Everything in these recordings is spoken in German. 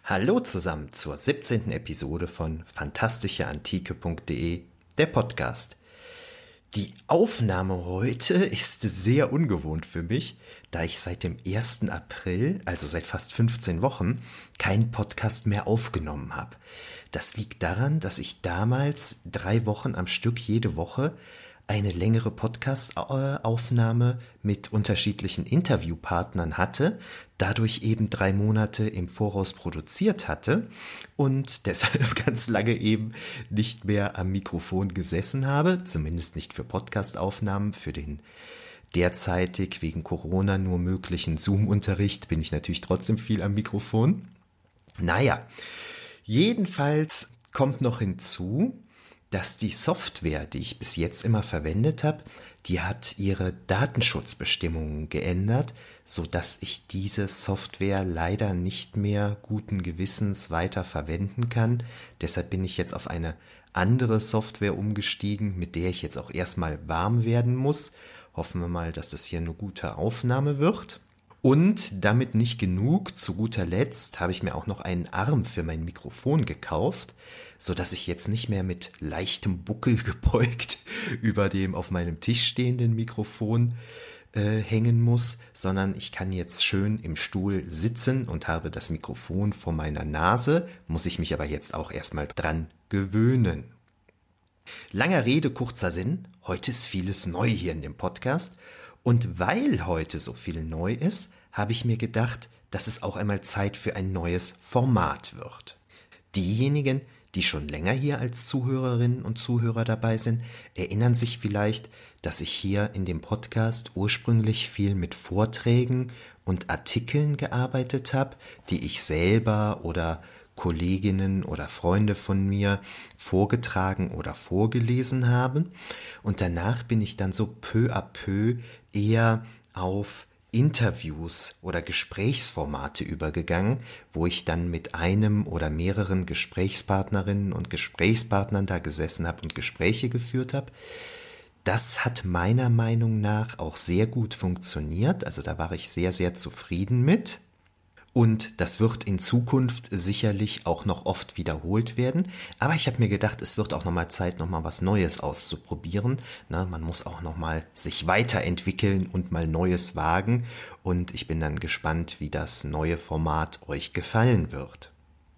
Hallo zusammen zur 17. Episode von fantastischeantike.de, der Podcast. Die Aufnahme heute ist sehr ungewohnt für mich, da ich seit dem 1. April, also seit fast 15 Wochen, keinen Podcast mehr aufgenommen habe. Das liegt daran, dass ich damals 3 Wochen am Stück jede Woche eine längere Podcast-Aufnahme mit unterschiedlichen Interviewpartnern hatte, dadurch eben 3 Monate im Voraus produziert hatte und deshalb ganz lange eben nicht mehr am Mikrofon gesessen habe, zumindest nicht für Podcast-Aufnahmen, für den derzeitig wegen Corona nur möglichen Zoom-Unterricht bin ich natürlich trotzdem viel am Mikrofon. Naja, jedenfalls kommt noch hinzu, dass die Software, die ich bis jetzt immer verwendet habe, die hat ihre Datenschutzbestimmungen geändert, so dass ich diese Software leider nicht mehr guten Gewissens weiter verwenden kann. Deshalb bin ich jetzt auf eine andere Software umgestiegen, mit der ich jetzt auch erstmal warm werden muss. Hoffen wir mal, dass das hier eine gute Aufnahme wird. Und damit nicht genug, zu guter Letzt habe ich mir auch noch einen Arm für mein Mikrofon gekauft, so dass ich jetzt nicht mehr mit leichtem Buckel gebeugt über dem auf meinem Tisch stehenden Mikrofon hängen muss, sondern ich kann jetzt schön im Stuhl sitzen und habe das Mikrofon vor meiner Nase, muss ich mich aber jetzt auch erstmal dran gewöhnen. Langer Rede, kurzer Sinn, heute ist vieles neu hier in dem Podcast. Und weil heute so viel neu ist, habe ich mir gedacht, dass es auch einmal Zeit für ein neues Format wird. Diejenigen, die schon länger hier als Zuhörerinnen und Zuhörer dabei sind, erinnern sich vielleicht, dass ich hier in dem Podcast ursprünglich viel mit Vorträgen und Artikeln gearbeitet habe, die ich selber oder Kolleginnen oder Freunde von mir vorgetragen oder vorgelesen haben. Und danach bin ich dann so peu à peu eher auf Interviews oder Gesprächsformate übergegangen, wo ich dann mit einem oder mehreren Gesprächspartnerinnen und Gesprächspartnern da gesessen habe und Gespräche geführt habe. Das hat meiner Meinung nach auch sehr gut funktioniert, also da war ich sehr, sehr zufrieden mit. Und das wird in Zukunft sicherlich auch noch oft wiederholt werden. Aber ich habe mir gedacht, es wird auch nochmal Zeit, nochmal was Neues auszuprobieren. Na, man muss auch nochmal sich weiterentwickeln und mal Neues wagen. Und ich bin dann gespannt, wie das neue Format euch gefallen wird.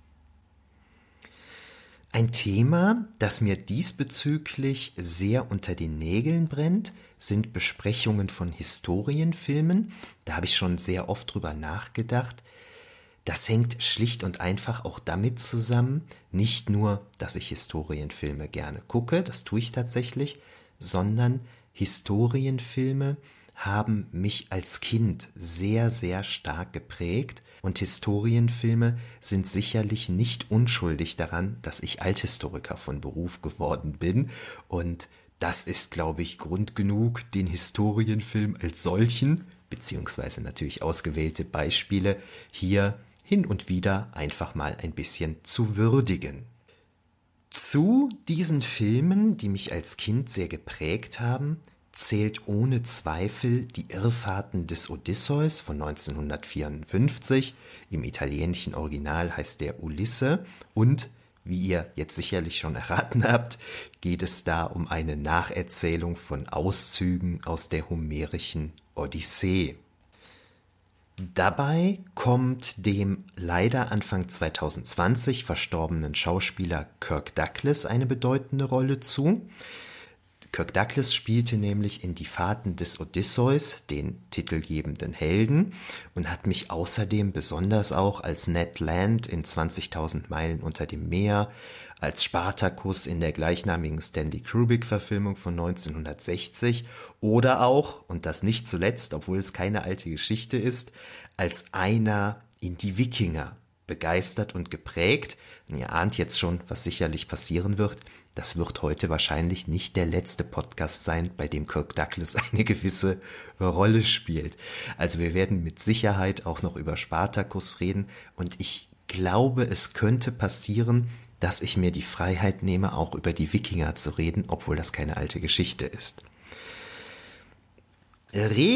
Ein Thema, das mir diesbezüglich sehr unter den Nägeln brennt, sind Besprechungen von Historienfilmen. Da habe ich schon sehr oft drüber nachgedacht. Das hängt schlicht und einfach auch damit zusammen, nicht nur, dass ich Historienfilme gerne gucke, das tue ich tatsächlich, sondern Historienfilme haben mich als Kind sehr, sehr stark geprägt und Historienfilme sind sicherlich nicht unschuldig daran, dass ich Althistoriker von Beruf geworden bin und das ist, glaube ich, Grund genug, den Historienfilm als solchen, beziehungsweise natürlich ausgewählte Beispiele, hier hin und wieder einfach mal ein bisschen zu würdigen. Zu diesen Filmen, die mich als Kind sehr geprägt haben, zählt ohne Zweifel die Irrfahrten des Odysseus von 1954. Im italienischen Original heißt der Ulisse und wie ihr jetzt sicherlich schon erraten habt, geht es da um eine Nacherzählung von Auszügen aus der homerischen Odyssee. Dabei kommt dem leider Anfang 2020 verstorbenen Schauspieler Kirk Douglas eine bedeutende Rolle zu. Kirk Douglas spielte nämlich in Die Fahrten des Odysseus den titelgebenden Helden und hat mich außerdem besonders auch als Ned Land in 20.000 Meilen unter dem Meer, als Spartacus in der gleichnamigen Stanley Kubrick-Verfilmung von 1960 oder auch, und das nicht zuletzt, obwohl es keine alte Geschichte ist, als einer in die Wikinger begeistert und geprägt. Und ihr ahnt jetzt schon, was sicherlich passieren wird. Das wird heute wahrscheinlich nicht der letzte Podcast sein, bei dem Kirk Douglas eine gewisse Rolle spielt. Also wir werden mit Sicherheit auch noch über Spartacus reden und ich glaube, es könnte passieren, dass ich mir die Freiheit nehme, auch über die Wikinger zu reden, obwohl das keine alte Geschichte ist.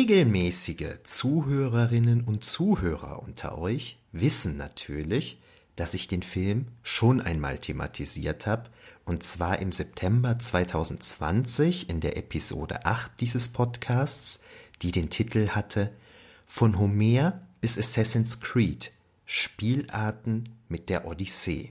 Regelmäßige Zuhörerinnen und Zuhörer unter euch wissen natürlich, dass ich den Film schon einmal thematisiert habe, und zwar im September 2020 in der Episode 8 dieses Podcasts, die den Titel hatte Von Homer bis Assassin's Creed – Spielarten mit der Odyssee.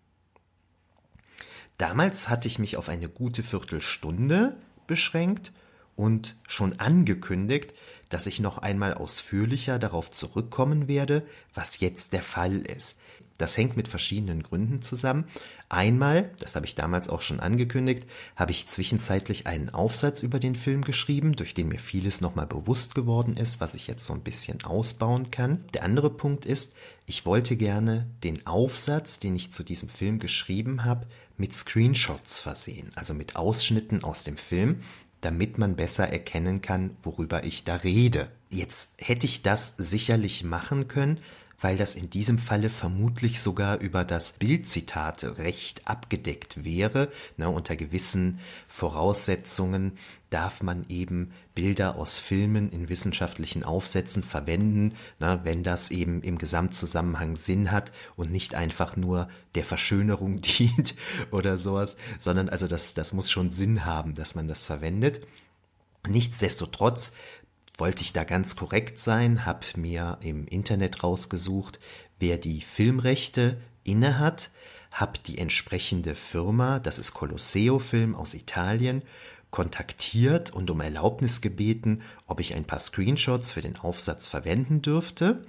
Damals hatte ich mich auf eine gute Viertelstunde beschränkt und schon angekündigt, dass ich noch einmal ausführlicher darauf zurückkommen werde, was jetzt der Fall ist. Das hängt mit verschiedenen Gründen zusammen. Einmal, das habe ich damals auch schon angekündigt, habe ich zwischenzeitlich einen Aufsatz über den Film geschrieben, durch den mir vieles nochmal bewusst geworden ist, was ich jetzt so ein bisschen ausbauen kann. Der andere Punkt ist, ich wollte gerne den Aufsatz, den ich zu diesem Film geschrieben habe, mit Screenshots versehen, also mit Ausschnitten aus dem Film, damit man besser erkennen kann, worüber ich da rede. Jetzt hätte ich das sicherlich machen können, weil das in diesem Falle vermutlich sogar über das Bildzitate-Recht abgedeckt wäre. Unter gewissen Voraussetzungen darf man eben Bilder aus Filmen in wissenschaftlichen Aufsätzen verwenden, wenn das eben im Gesamtzusammenhang Sinn hat und nicht einfach nur der Verschönerung dient oder sowas, sondern also das muss schon Sinn haben, dass man das verwendet. Nichtsdestotrotz wollte ich da ganz korrekt sein, habe mir im Internet rausgesucht, wer die Filmrechte innehat, habe die entsprechende Firma, das ist Colosseo Film aus Italien, kontaktiert und um Erlaubnis gebeten, ob ich ein paar Screenshots für den Aufsatz verwenden dürfte.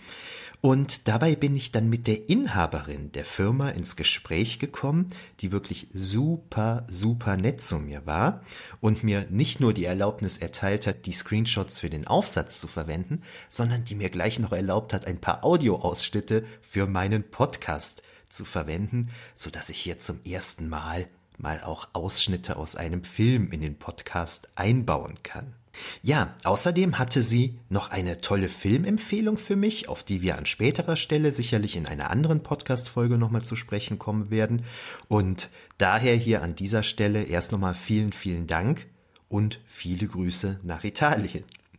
Und dabei bin ich dann mit der Inhaberin der Firma ins Gespräch gekommen, die wirklich super, super nett zu mir war und mir nicht nur die Erlaubnis erteilt hat, die Screenshots für den Aufsatz zu verwenden, sondern die mir gleich noch erlaubt hat, ein paar Audioausschnitte für meinen Podcast zu verwenden, sodass ich hier zum ersten Mal auch Ausschnitte aus einem Film in den Podcast einbauen kann. Ja, außerdem hatte sie noch eine tolle Filmempfehlung für mich, auf die wir an späterer Stelle sicherlich in einer anderen Podcast-Folge nochmal zu sprechen kommen werden. Und daher hier an dieser Stelle erst nochmal vielen, vielen Dank und viele Grüße nach Italien.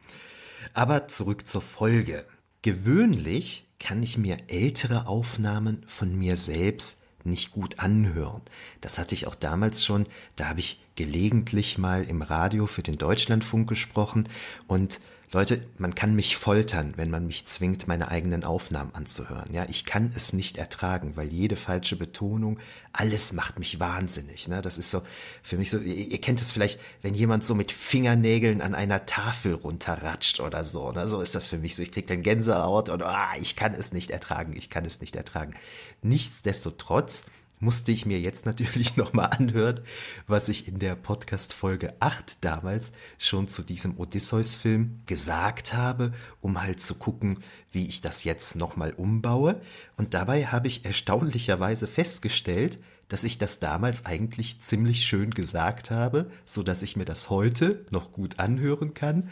Aber zurück zur Folge. Gewöhnlich kann ich mir ältere Aufnahmen von mir selbst nicht gut anhören. Das hatte ich auch damals schon, da habe ich gelegentlich mal im Radio für den Deutschlandfunk gesprochen und Leute, man kann mich foltern, wenn man mich zwingt, meine eigenen Aufnahmen anzuhören. Ja, ich kann es nicht ertragen, weil jede falsche Betonung, alles macht mich wahnsinnig. Ne? Das ist so für mich so, ihr kennt es vielleicht, wenn jemand so mit Fingernägeln an einer Tafel runterratscht oder so. Ne? So ist das für mich so. Ich kriege dann Gänsehaut und ich kann es nicht ertragen, ich kann es nicht ertragen. Nichtsdestotrotz musste ich mir jetzt natürlich nochmal anhören, was ich in der Podcast-Folge 8 damals schon zu diesem Odysseus-Film gesagt habe, um halt zu gucken, wie ich das jetzt nochmal umbaue. Und dabei habe ich erstaunlicherweise festgestellt, dass ich das damals eigentlich ziemlich schön gesagt habe, so dass ich mir das heute noch gut anhören kann,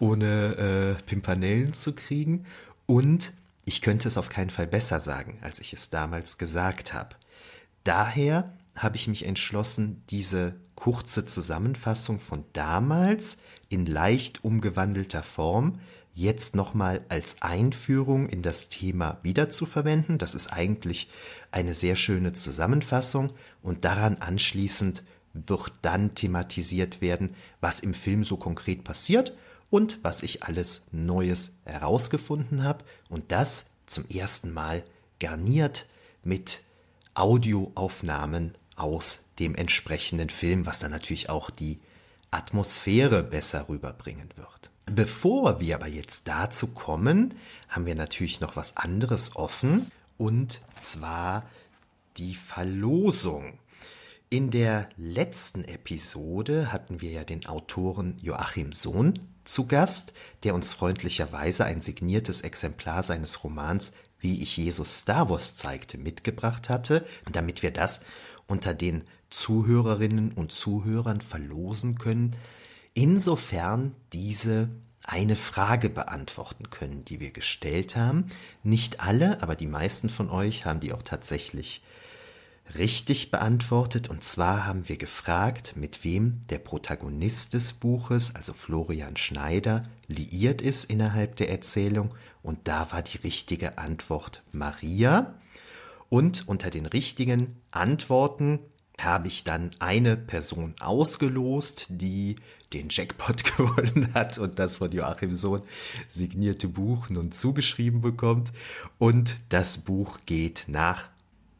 ohne Pimpanellen zu kriegen. Und ich könnte es auf keinen Fall besser sagen, als ich es damals gesagt habe. Daher habe ich mich entschlossen, diese kurze Zusammenfassung von damals in leicht umgewandelter Form jetzt nochmal als Einführung in das Thema wiederzuverwenden. Das ist eigentlich eine sehr schöne Zusammenfassung und daran anschließend wird dann thematisiert werden, was im Film so konkret passiert und was ich alles Neues herausgefunden habe und das zum ersten Mal garniert mit Audioaufnahmen aus dem entsprechenden Film, was dann natürlich auch die Atmosphäre besser rüberbringen wird. Bevor wir aber jetzt dazu kommen, haben wir natürlich noch was anderes offen, und zwar die Verlosung. In der letzten Episode hatten wir ja den Autoren Joachim Sohn zu Gast, der uns freundlicherweise ein signiertes Exemplar seines Romans Wie ich Jesus Star Wars zeigte, mitgebracht hatte, damit wir das unter den Zuhörerinnen und Zuhörern verlosen können, insofern diese eine Frage beantworten können, die wir gestellt haben. Nicht alle, aber die meisten von euch haben die auch tatsächlich richtig beantwortet. Und zwar haben wir gefragt, mit wem der Protagonist des Buches, also Florian Schneider, liiert ist innerhalb der Erzählung. Und da war die richtige Antwort Maria. Und unter den richtigen Antworten habe ich dann eine Person ausgelost, die den Jackpot gewonnen hat und das von Joachim Sohn signierte Buch nun zugeschrieben bekommt. Und das Buch geht nach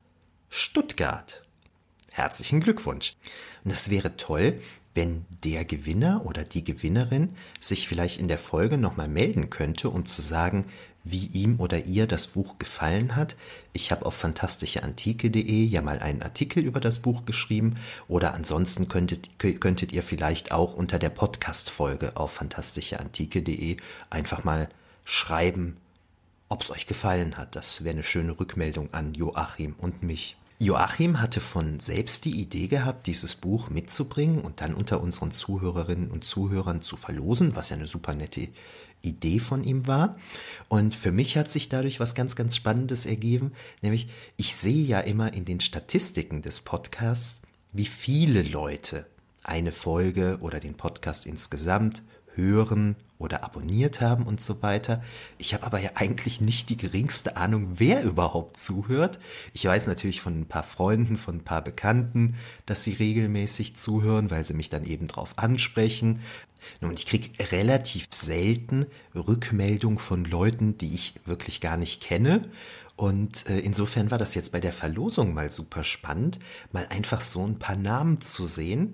Stuttgart. Herzlichen Glückwunsch. Und es wäre toll, wenn der Gewinner oder die Gewinnerin sich vielleicht in der Folge nochmal melden könnte, um zu sagen, wie ihm oder ihr das Buch gefallen hat. Ich habe auf fantastischeantike.de ja mal einen Artikel über das Buch geschrieben oder ansonsten könntet ihr vielleicht auch unter der Podcast-Folge auf fantastischeantike.de einfach mal schreiben, ob es euch gefallen hat. Das wäre eine schöne Rückmeldung an Joachim und mich. Joachim hatte von selbst die Idee gehabt, dieses Buch mitzubringen und dann unter unseren Zuhörerinnen und Zuhörern zu verlosen, was ja eine super nette Idee von ihm war. Und für mich hat sich dadurch was ganz, ganz Spannendes ergeben, nämlich ich sehe ja immer in den Statistiken des Podcasts, wie viele Leute eine Folge oder den Podcast insgesamt hören oder abonniert haben und so weiter. Ich habe aber ja eigentlich nicht die geringste Ahnung, wer überhaupt zuhört. Ich weiß natürlich von ein paar Freunden, von ein paar Bekannten, dass sie regelmäßig zuhören, weil sie mich dann eben drauf ansprechen. Und ich kriege relativ selten Rückmeldung von Leuten, die ich wirklich gar nicht kenne. Und insofern war das jetzt bei der Verlosung mal super spannend, mal einfach so ein paar Namen zu sehen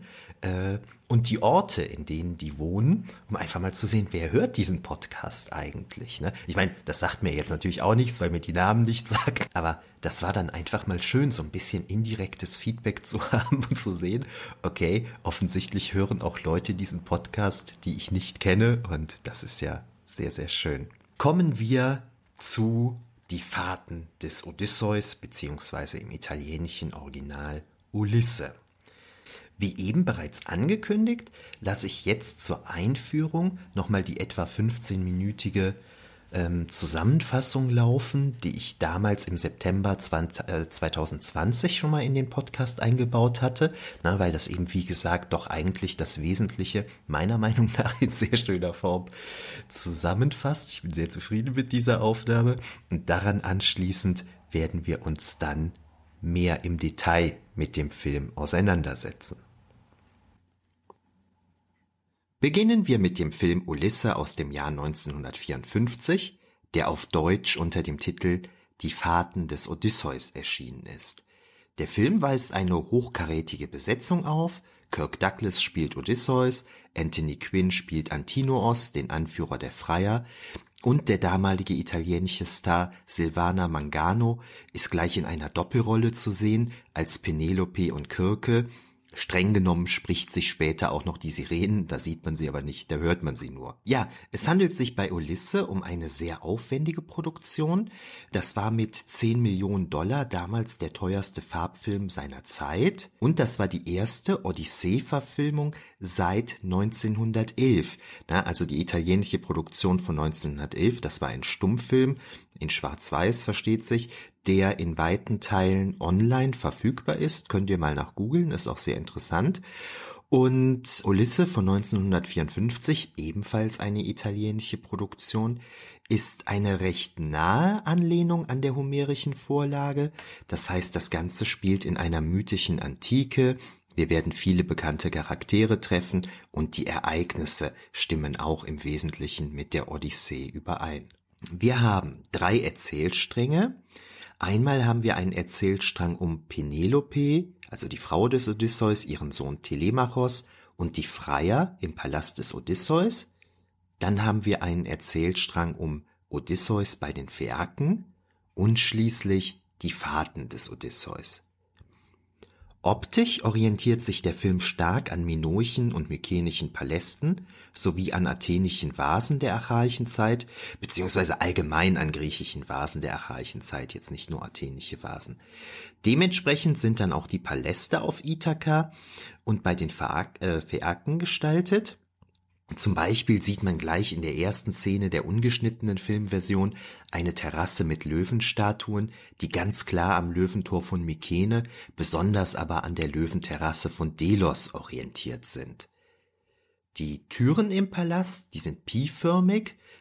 und die Orte, in denen die wohnen, um einfach mal zu sehen, wer hört diesen Podcast eigentlich. Ne? Ich meine, das sagt mir jetzt natürlich auch nichts, weil mir die Namen nichts sagen, aber das war dann einfach mal schön, so ein bisschen indirektes Feedback zu haben und zu sehen, okay, offensichtlich hören auch Leute diesen Podcast, die ich nicht kenne und das ist ja sehr, sehr schön. Kommen wir zu Die Fahrten des Odysseus, beziehungsweise im italienischen Original Ulisse. Wie eben bereits angekündigt, lasse ich jetzt zur Einführung nochmal die etwa 15-minütige Zusammenfassung laufen, die ich damals im September 2020 schon mal in den Podcast eingebaut hatte, weil das eben, wie gesagt, doch eigentlich das Wesentliche meiner Meinung nach in sehr schöner Form zusammenfasst. Ich bin sehr zufrieden mit dieser Aufnahme und daran anschließend werden wir uns dann mehr im Detail mit dem Film auseinandersetzen. Beginnen wir mit dem Film Ulisse aus dem Jahr 1954, der auf Deutsch unter dem Titel Die Fahrten des Odysseus erschienen ist. Der Film weist eine hochkarätige Besetzung auf. Kirk Douglas spielt Odysseus, Anthony Quinn spielt Antinoos, den Anführer der Freier, und der damalige italienische Star Silvana Mangano ist gleich in einer Doppelrolle zu sehen als Penelope und Kirke. Streng genommen spricht sich später auch noch die Sirenen, da sieht man sie aber nicht, da hört man sie nur. Ja, es handelt sich bei Ulisse um eine sehr aufwendige Produktion. Das war mit 10 Millionen Dollar damals der teuerste Farbfilm seiner Zeit und das war die erste Odyssee-Verfilmung seit 1911. Also die italienische Produktion von 1911, das war ein Stummfilm, in Schwarz-Weiß versteht sich, der in weiten Teilen online verfügbar ist. Könnt ihr mal nach googeln, ist auch sehr interessant. Und Ulisse von 1954, ebenfalls eine italienische Produktion, ist eine recht nahe Anlehnung an der homerischen Vorlage. Das heißt, das Ganze spielt in einer mythischen Antike. Wir werden viele bekannte Charaktere treffen und die Ereignisse stimmen auch im Wesentlichen mit der Odyssee überein. Wir haben 3 Erzählstränge. Einmal haben wir einen Erzählstrang um Penelope, also die Frau des Odysseus, ihren Sohn Telemachos und die Freier im Palast des Odysseus. Dann haben wir einen Erzählstrang um Odysseus bei den Phäaken und schließlich die Fahrten des Odysseus. Optisch orientiert sich der Film stark an minoischen und mykenischen Palästen sowie an athenischen Vasen der archaischen Zeit, beziehungsweise allgemein an griechischen Vasen der archaischen Zeit, jetzt nicht nur athenische Vasen. Dementsprechend sind dann auch die Paläste auf Ithaka und bei den Phäaken gestaltet. Zum Beispiel sieht man gleich in der ersten Szene der ungeschnittenen Filmversion eine Terrasse mit Löwenstatuen, die ganz klar am Löwentor von Mykene, besonders aber an der Löwenterrasse von Delos orientiert sind. Die Türen im Palast, die sind pi-förmig,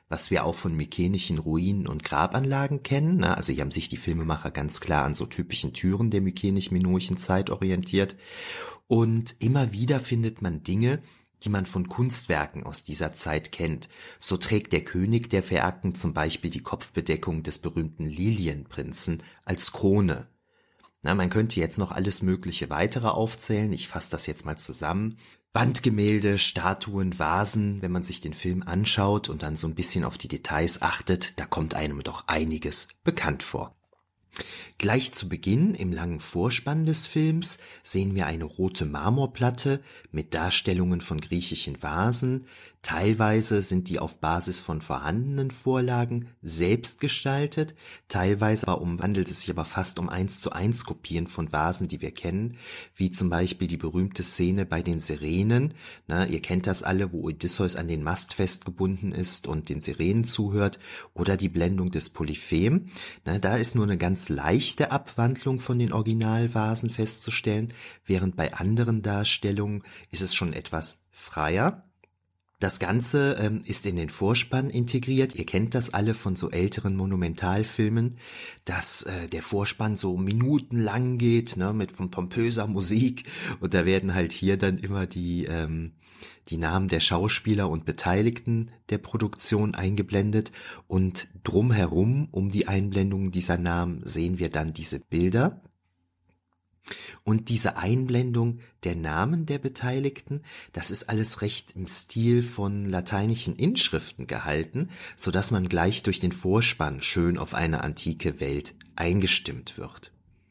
was wir auch von mykenischen Ruinen und Grabanlagen kennen. Ne? Also hier haben sich die Filmemacher ganz klar an so typischen Türen der mykenisch-minoischen Zeit orientiert. Und immer wieder findet man Dinge, die man von Kunstwerken aus dieser Zeit kennt. So trägt der König der Phäaken zum Beispiel die Kopfbedeckung des berühmten Lilienprinzen als Krone. Na, man könnte jetzt noch alles mögliche weitere aufzählen, ich fasse das jetzt mal zusammen. Wandgemälde, Statuen, Vasen, wenn man sich den Film anschaut und dann so ein bisschen auf die Details achtet, da kommt einem doch einiges bekannt vor. Gleich zu Beginn im langen Vorspann des Films sehen wir eine rote Marmorplatte mit Darstellungen von griechischen Vasen. Teilweise sind die auf Basis von vorhandenen Vorlagen selbst gestaltet, teilweise handelt es sich aber fast um 1:1 Kopien von Vasen, die wir kennen, wie zum Beispiel die berühmte Szene bei den Sirenen. Na, ihr kennt das alle, wo Odysseus an den Mast festgebunden ist und den Sirenen zuhört, oder die Blendung des Polyphem. Na, da ist nur eine ganz leichte Abwandlung von den Originalvasen festzustellen, während bei anderen Darstellungen ist es schon etwas freier. Das Ganze ist in den Vorspann integriert. Ihr kennt das alle von so älteren Monumentalfilmen, dass der Vorspann so minutenlang geht, ne, mit von pompöser Musik. Und da werden halt hier dann immer die Namen der Schauspieler und Beteiligten der Produktion eingeblendet. Und drumherum, um die Einblendungen dieser Namen, sehen wir dann diese Bilder. Und diese Einblendung der Namen der Beteiligten, das ist alles recht im Stil von lateinischen Inschriften gehalten, so dass man gleich durch den Vorspann schön auf eine antike Welt eingestimmt wird.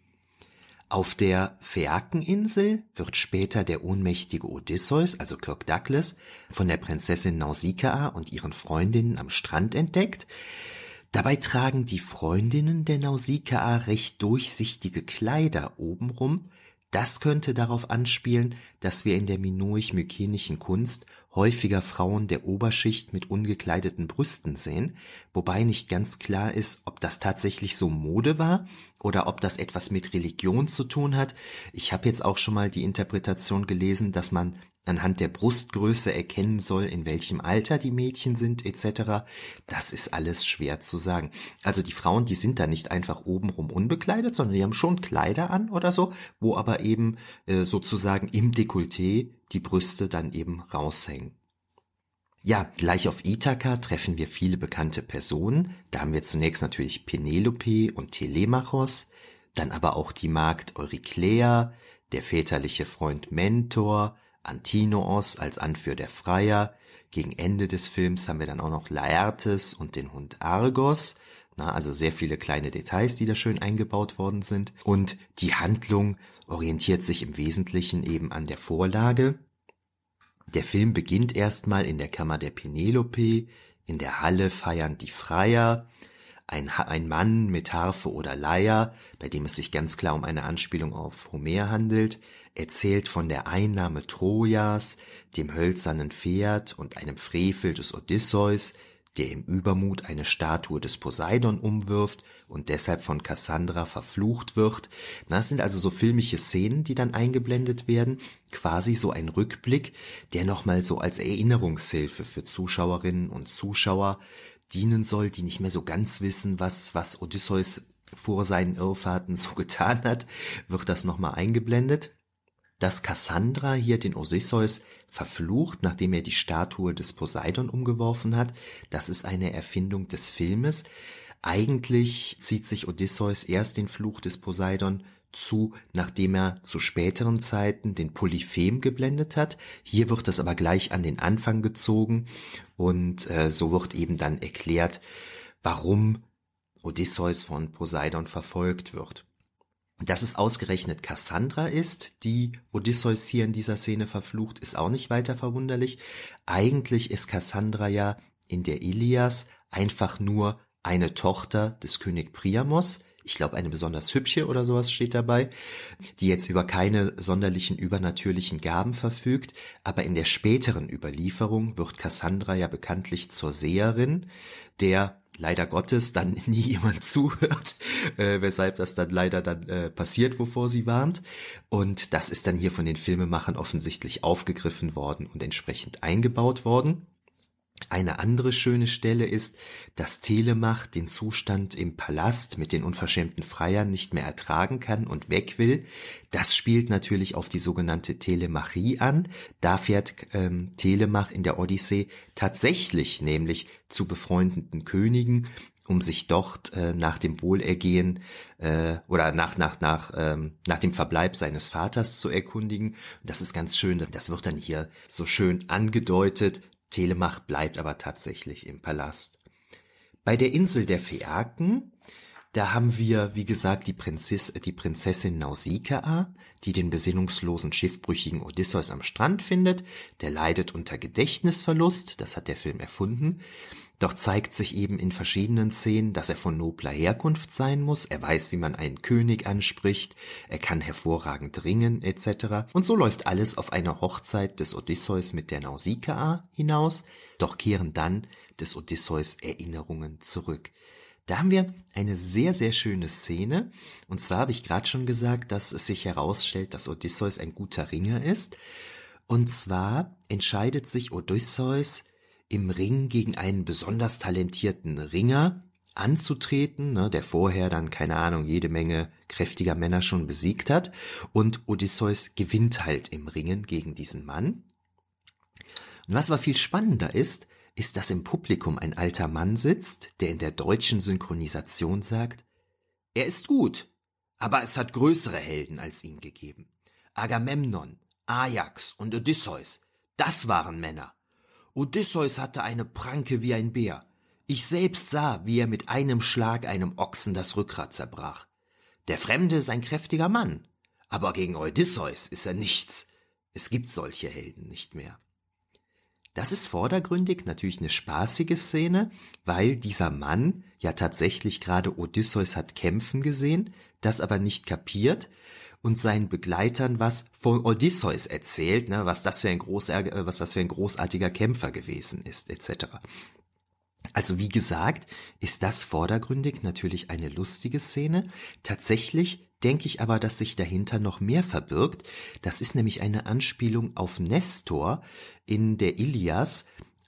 Auf der Phäakeninsel wird später der ohnmächtige Odysseus, also Kirk Douglas, von der Prinzessin Nausikaa und ihren Freundinnen am Strand entdeckt. Dabei tragen die Freundinnen der Nausikaa recht durchsichtige Kleider obenrum. Das könnte darauf anspielen, dass wir in der minoisch-mykenischen Kunst häufiger Frauen der Oberschicht mit ungekleideten Brüsten sehen, wobei nicht ganz klar ist, ob das tatsächlich so Mode war oder ob das etwas mit Religion zu tun hat. Ich habe jetzt auch schon mal die Interpretation gelesen, dass man anhand der Brustgröße erkennen soll, in welchem Alter die Mädchen sind etc. Das ist alles schwer zu sagen. Also die Frauen, die sind da nicht einfach obenrum unbekleidet, sondern die haben schon Kleider an oder so, wo aber eben sozusagen im Dekolleté die Brüste dann eben raushängen. Ja, gleich auf Ithaka treffen wir viele bekannte Personen. Da haben wir zunächst natürlich Penelope und Telemachos, dann aber auch die Magd Eurykleia, der väterliche Freund Mentor, Antinoos als Anführer der Freier. Gegen Ende des Films haben wir dann auch noch Laertes und den Hund Argos. Also sehr viele kleine Details, die da schön eingebaut worden sind. Und die Handlung orientiert sich im Wesentlichen eben an der Vorlage. Der Film beginnt erstmal in der Kammer der Penelope. In der Halle feiern die Freier. Ein Mann mit Harfe oder Leier, bei dem es sich ganz klar um eine Anspielung auf Homer handelt, erzählt von der Einnahme Trojas, dem hölzernen Pferd und einem Frevel des Odysseus, der im Übermut eine Statue des Poseidon umwirft und deshalb von Cassandra verflucht wird. Das sind also so filmische Szenen, die dann eingeblendet werden, quasi so ein Rückblick, der nochmal so als Erinnerungshilfe für Zuschauerinnen und Zuschauer dienen soll, die nicht mehr so ganz wissen, was Odysseus vor seinen Irrfahrten so getan hat, wird das nochmal eingeblendet. Dass Cassandra hier den Odysseus verflucht, nachdem er die Statue des Poseidon umgeworfen hat, das ist eine Erfindung des Filmes. Eigentlich zieht sich Odysseus erst den Fluch des Poseidon zu, nachdem er zu späteren Zeiten den Polyphem geblendet hat. Hier wird das aber gleich an den Anfang gezogen und so wird eben dann erklärt, warum Odysseus von Poseidon verfolgt wird. Dass es ausgerechnet Cassandra ist, die Odysseus hier in dieser Szene verflucht, ist auch nicht weiter verwunderlich. Eigentlich ist Cassandra ja in der Ilias einfach nur eine Tochter des König Priamos. Ich glaube, eine besonders hübsche oder sowas steht dabei, die jetzt über keine sonderlichen übernatürlichen Gaben verfügt. Aber in der späteren Überlieferung wird Cassandra ja bekanntlich zur Seherin, der leider Gottes dann nie jemand zuhört, weshalb das dann leider dann passiert, wovor sie warnt. Und das ist dann hier von den Filmemachern offensichtlich aufgegriffen worden und entsprechend eingebaut worden. Eine andere schöne Stelle ist, dass Telemach den Zustand im Palast mit den unverschämten Freiern nicht mehr ertragen kann und weg will. Das spielt natürlich auf die sogenannte Telemachie an. Da fährt Telemach in der Odyssee tatsächlich nämlich zu befreundeten Königen, um sich dort nach dem Wohlergehen oder nach dem Verbleib seines Vaters zu erkundigen. Das ist ganz schön, das wird dann hier so schön angedeutet. Telemach bleibt aber tatsächlich im Palast. Bei der Insel der Phäaken, da haben wir, wie gesagt, die Prinzessin Nausikaa, die den besinnungslosen, schiffbrüchigen Odysseus am Strand findet. Der leidet unter Gedächtnisverlust, das hat der Film erfunden. Doch zeigt sich eben in verschiedenen Szenen, dass er von nobler Herkunft sein muss. Er weiß, wie man einen König anspricht, er kann hervorragend ringen etc. Und so läuft alles auf eine Hochzeit des Odysseus mit der Nausikaa hinaus. Doch kehren dann des Odysseus Erinnerungen zurück. Da haben wir eine sehr, sehr schöne Szene. Und zwar habe ich gerade schon gesagt, dass es sich herausstellt, dass Odysseus ein guter Ringer ist. Und zwar entscheidet sich Odysseus im Ring gegen einen besonders talentierten Ringer anzutreten, der vorher dann, keine Ahnung, jede Menge kräftiger Männer schon besiegt hat. Und Odysseus gewinnt halt im Ringen gegen diesen Mann. Und was aber viel spannender ist, dass im Publikum ein alter Mann sitzt, der in der deutschen Synchronisation sagt, er ist gut, aber es hat größere Helden als ihn gegeben. Agamemnon, Ajax und Odysseus, das waren Männer. Odysseus hatte eine Pranke wie ein Bär. Ich selbst sah, wie er mit einem Schlag einem Ochsen das Rückgrat zerbrach. Der Fremde ist ein kräftiger Mann, aber gegen Odysseus ist er nichts. Es gibt solche Helden nicht mehr. Das ist vordergründig natürlich eine spaßige Szene, weil dieser Mann ja tatsächlich gerade Odysseus hat kämpfen gesehen, das aber nicht kapiert und seinen Begleitern was von Odysseus erzählt, was das für ein großartiger Kämpfer gewesen ist, etc. Also wie gesagt, ist das vordergründig natürlich eine lustige Szene. Tatsächlich denke ich aber, dass sich dahinter noch mehr verbirgt. Das ist nämlich eine Anspielung auf Nestor in der Ilias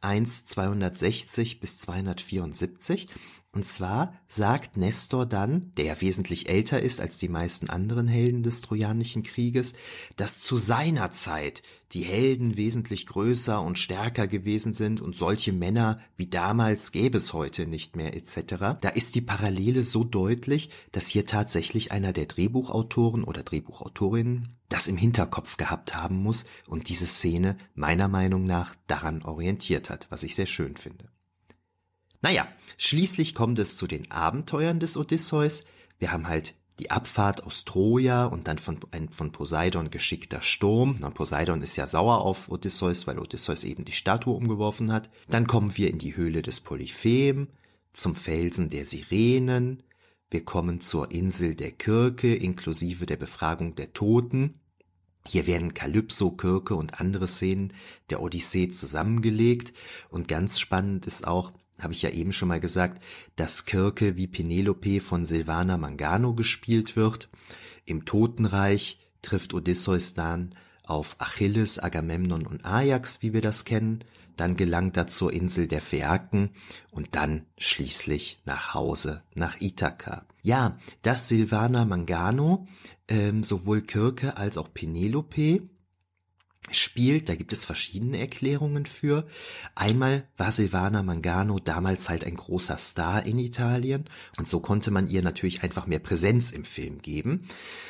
1,260 bis 274. Und zwar sagt Nestor dann, der ja wesentlich älter ist als die meisten anderen Helden des Trojanischen Krieges, dass zu seiner Zeit die Helden wesentlich größer und stärker gewesen sind und solche Männer wie damals gäbe es heute nicht mehr etc. Da ist die Parallele so deutlich, dass hier tatsächlich einer der Drehbuchautoren oder Drehbuchautorinnen das im Hinterkopf gehabt haben muss und diese Szene meiner Meinung nach daran orientiert hat, was ich sehr schön finde. Naja, schließlich kommt es zu den Abenteuern des Odysseus. Wir haben halt die Abfahrt aus Troja und dann von Poseidon geschickter Sturm. Na, Poseidon ist ja sauer auf Odysseus, weil Odysseus eben die Statue umgeworfen hat. Dann kommen wir in die Höhle des Polyphem, zum Felsen der Sirenen. Wir kommen zur Insel der Kirke inklusive der Befragung der Toten. Hier werden Kalypso, Kirke und andere Szenen der Odyssee zusammengelegt. Und ganz spannend ist auch, habe ich ja eben schon mal gesagt, dass Kirke wie Penelope von Silvana Mangano gespielt wird. Im Totenreich trifft Odysseus dann auf Achilles, Agamemnon und Ajax, wie wir das kennen. Dann gelangt er zur Insel der Phäaken und dann schließlich nach Hause, nach Ithaka. Ja, dass Silvana Mangano sowohl Kirke als auch Penelope spielt, da gibt es verschiedene Erklärungen für. Einmal war Silvana Mangano damals halt ein großer Star in Italien und so konnte man ihr natürlich einfach mehr Präsenz im Film geben.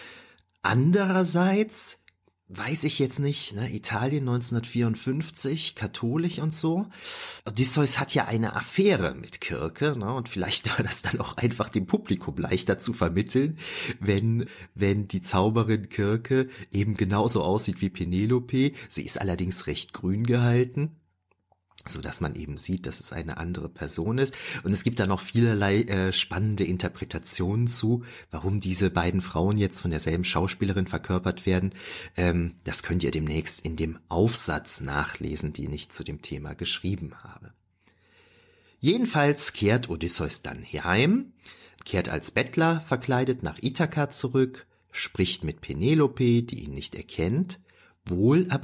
Andererseits weiß ich jetzt nicht, Italien 1954, katholisch und so. Odysseus hat ja eine Affäre mit Kirke, und vielleicht war das dann auch einfach dem Publikum leichter zu vermitteln, wenn die Zauberin Kirke eben genauso aussieht wie Penelope. Sie ist allerdings recht grün gehalten, so dass man eben sieht, dass es eine andere Person ist. Und es gibt da noch vielerlei spannende Interpretationen zu, warum diese beiden Frauen jetzt von derselben Schauspielerin verkörpert werden. Das könnt ihr demnächst in dem Aufsatz nachlesen, den ich zu dem Thema geschrieben habe. Jedenfalls kehrt Odysseus dann heim, kehrt als Bettler verkleidet nach Ithaka zurück, spricht mit Penelope, die ihn nicht erkennt, wohl aber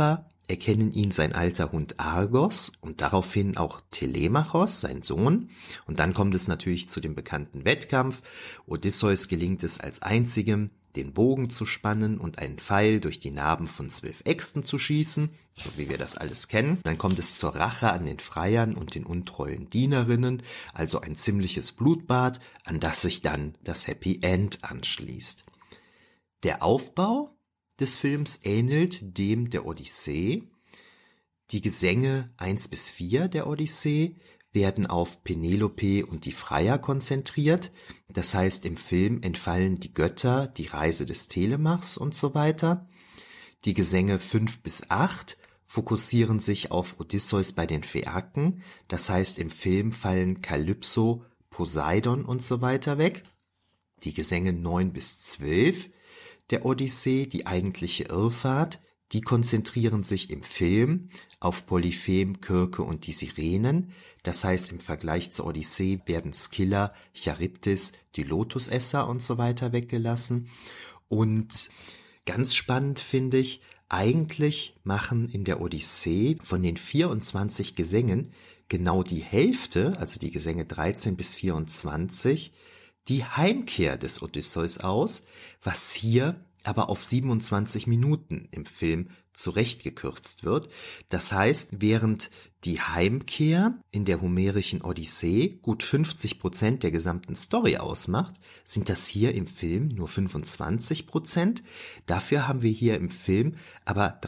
erkennen ihn sein alter Hund Argos und daraufhin auch Telemachos, sein Sohn. Und dann kommt es natürlich zu dem bekannten Wettkampf. Odysseus gelingt es als einzigem, den Bogen zu spannen und einen Pfeil durch die Narben von 12 Äxten zu schießen, so wie wir das alles kennen. Dann kommt es zur Rache an den Freiern und den untreuen Dienerinnen, also ein ziemliches Blutbad, an das sich dann das Happy End anschließt. Der Aufbau des Films ähnelt dem der Odyssee. Die Gesänge 1-4 der Odyssee werden auf Penelope und die Freier konzentriert. Das heißt, im Film entfallen die Götter, die Reise des Telemachs und so weiter. Die Gesänge 5-8 fokussieren sich auf Odysseus bei den Phäaken. Das heißt, im Film fallen Kalypso, Poseidon und so weiter weg. Die Gesänge 9-12 der Odyssee, die eigentliche Irrfahrt, die konzentrieren sich im Film auf Polyphem, Kirke und die Sirenen. Das heißt, im Vergleich zur Odyssee werden Scylla, Charybdis, die Lotusesser und so weiter weggelassen. Und ganz spannend finde ich, eigentlich machen in der Odyssee von den 24 Gesängen genau die Hälfte, also die Gesänge 13-24, die Heimkehr des Odysseus aus, was hier aber auf 27 Minuten im Film zurechtgekürzt wird. Das heißt, während die Heimkehr in der homerischen Odyssee gut 50% der gesamten Story ausmacht, sind das hier im Film nur 25%. Dafür haben wir hier im Film aber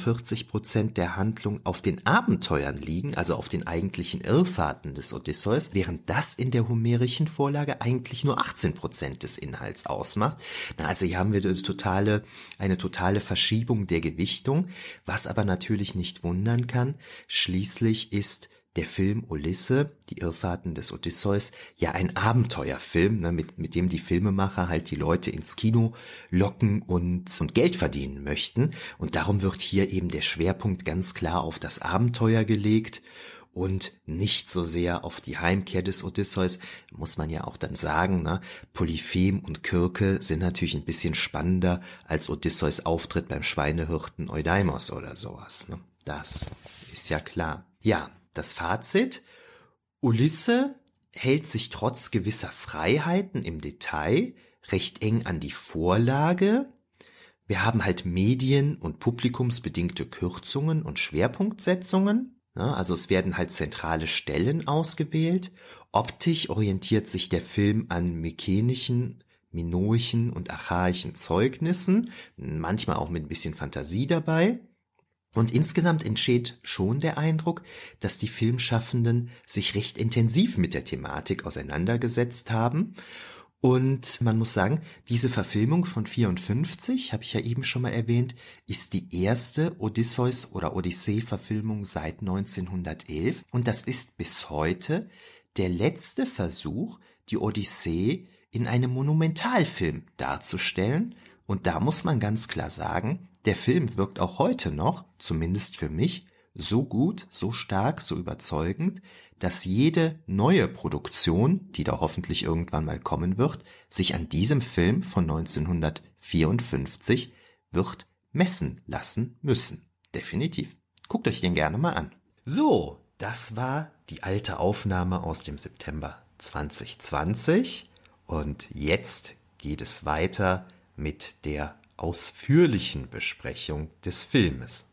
43% der Handlung auf den Abenteuern liegen, also auf den eigentlichen Irrfahrten des Odysseus, während das in der homerischen Vorlage eigentlich nur 18% des Inhalts ausmacht. Also hier haben wir eine totale Verschiebung der Gewichtung, was aber natürlich nicht wundern kann. Schließlich ist der Film Ulysse, die Irrfahrten des Odysseus, ja ein Abenteuerfilm, ne, mit dem die Filmemacher halt die Leute ins Kino locken und Geld verdienen möchten. Und darum wird hier eben der Schwerpunkt ganz klar auf das Abenteuer gelegt und nicht so sehr auf die Heimkehr des Odysseus, muss man ja auch dann sagen, ne? Polyphem und Kirke sind natürlich ein bisschen spannender als Odysseus Auftritt beim Schweinehirten Eudaimos oder sowas, ne? Das ist ja klar. Ja, das Fazit: Ulysse hält sich trotz gewisser Freiheiten im Detail recht eng an die Vorlage. Wir haben halt medien- und publikumsbedingte Kürzungen und Schwerpunktsetzungen. Also es werden halt zentrale Stellen ausgewählt. Optisch orientiert sich der Film an mykenischen, minoischen und archaischen Zeugnissen, manchmal auch mit ein bisschen Fantasie dabei. Und insgesamt entsteht schon der Eindruck, dass die Filmschaffenden sich recht intensiv mit der Thematik auseinandergesetzt haben. Und man muss sagen, diese Verfilmung von 54, habe ich ja eben schon mal erwähnt, ist die erste Odysseus- oder Odyssee-Verfilmung seit 1911. Und das ist bis heute der letzte Versuch, die Odyssee in einem Monumentalfilm darzustellen. Und da muss man ganz klar sagen, der Film wirkt auch heute noch, zumindest für mich, so gut, so stark, so überzeugend, dass jede neue Produktion, die da hoffentlich irgendwann mal kommen wird, sich an diesem Film von 1954 wird messen lassen müssen. Definitiv. Guckt euch den gerne mal an. So, das war die alte Aufnahme aus dem September 2020 und jetzt geht es weiter mit der ausführlichen Besprechung des Filmes.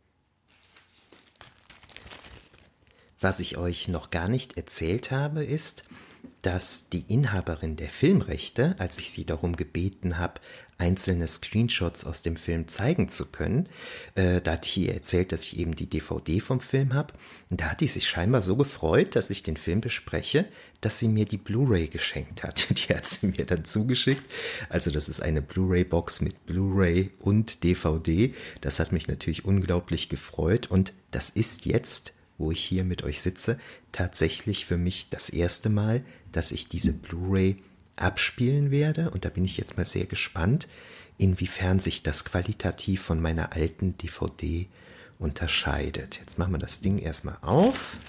Was ich euch noch gar nicht erzählt habe, ist, dass die Inhaberin der Filmrechte, als ich sie darum gebeten habe, einzelne Screenshots aus dem Film zeigen zu können, da hatte ich ihr erzählt, dass ich eben die DVD vom Film habe. Und da hat die sich scheinbar so gefreut, dass ich den Film bespreche, dass sie mir die Blu-ray geschenkt hat. Die hat sie mir dann zugeschickt. Also das ist eine Blu-ray-Box mit Blu-ray und DVD. Das hat mich natürlich unglaublich gefreut. Und das ist jetzt, wo ich hier mit euch sitze, tatsächlich für mich das erste Mal, dass ich diese Blu-ray abspielen werde. Und da bin ich jetzt mal sehr gespannt, inwiefern sich das qualitativ von meiner alten DVD unterscheidet. Jetzt machen wir das Ding erstmal auf.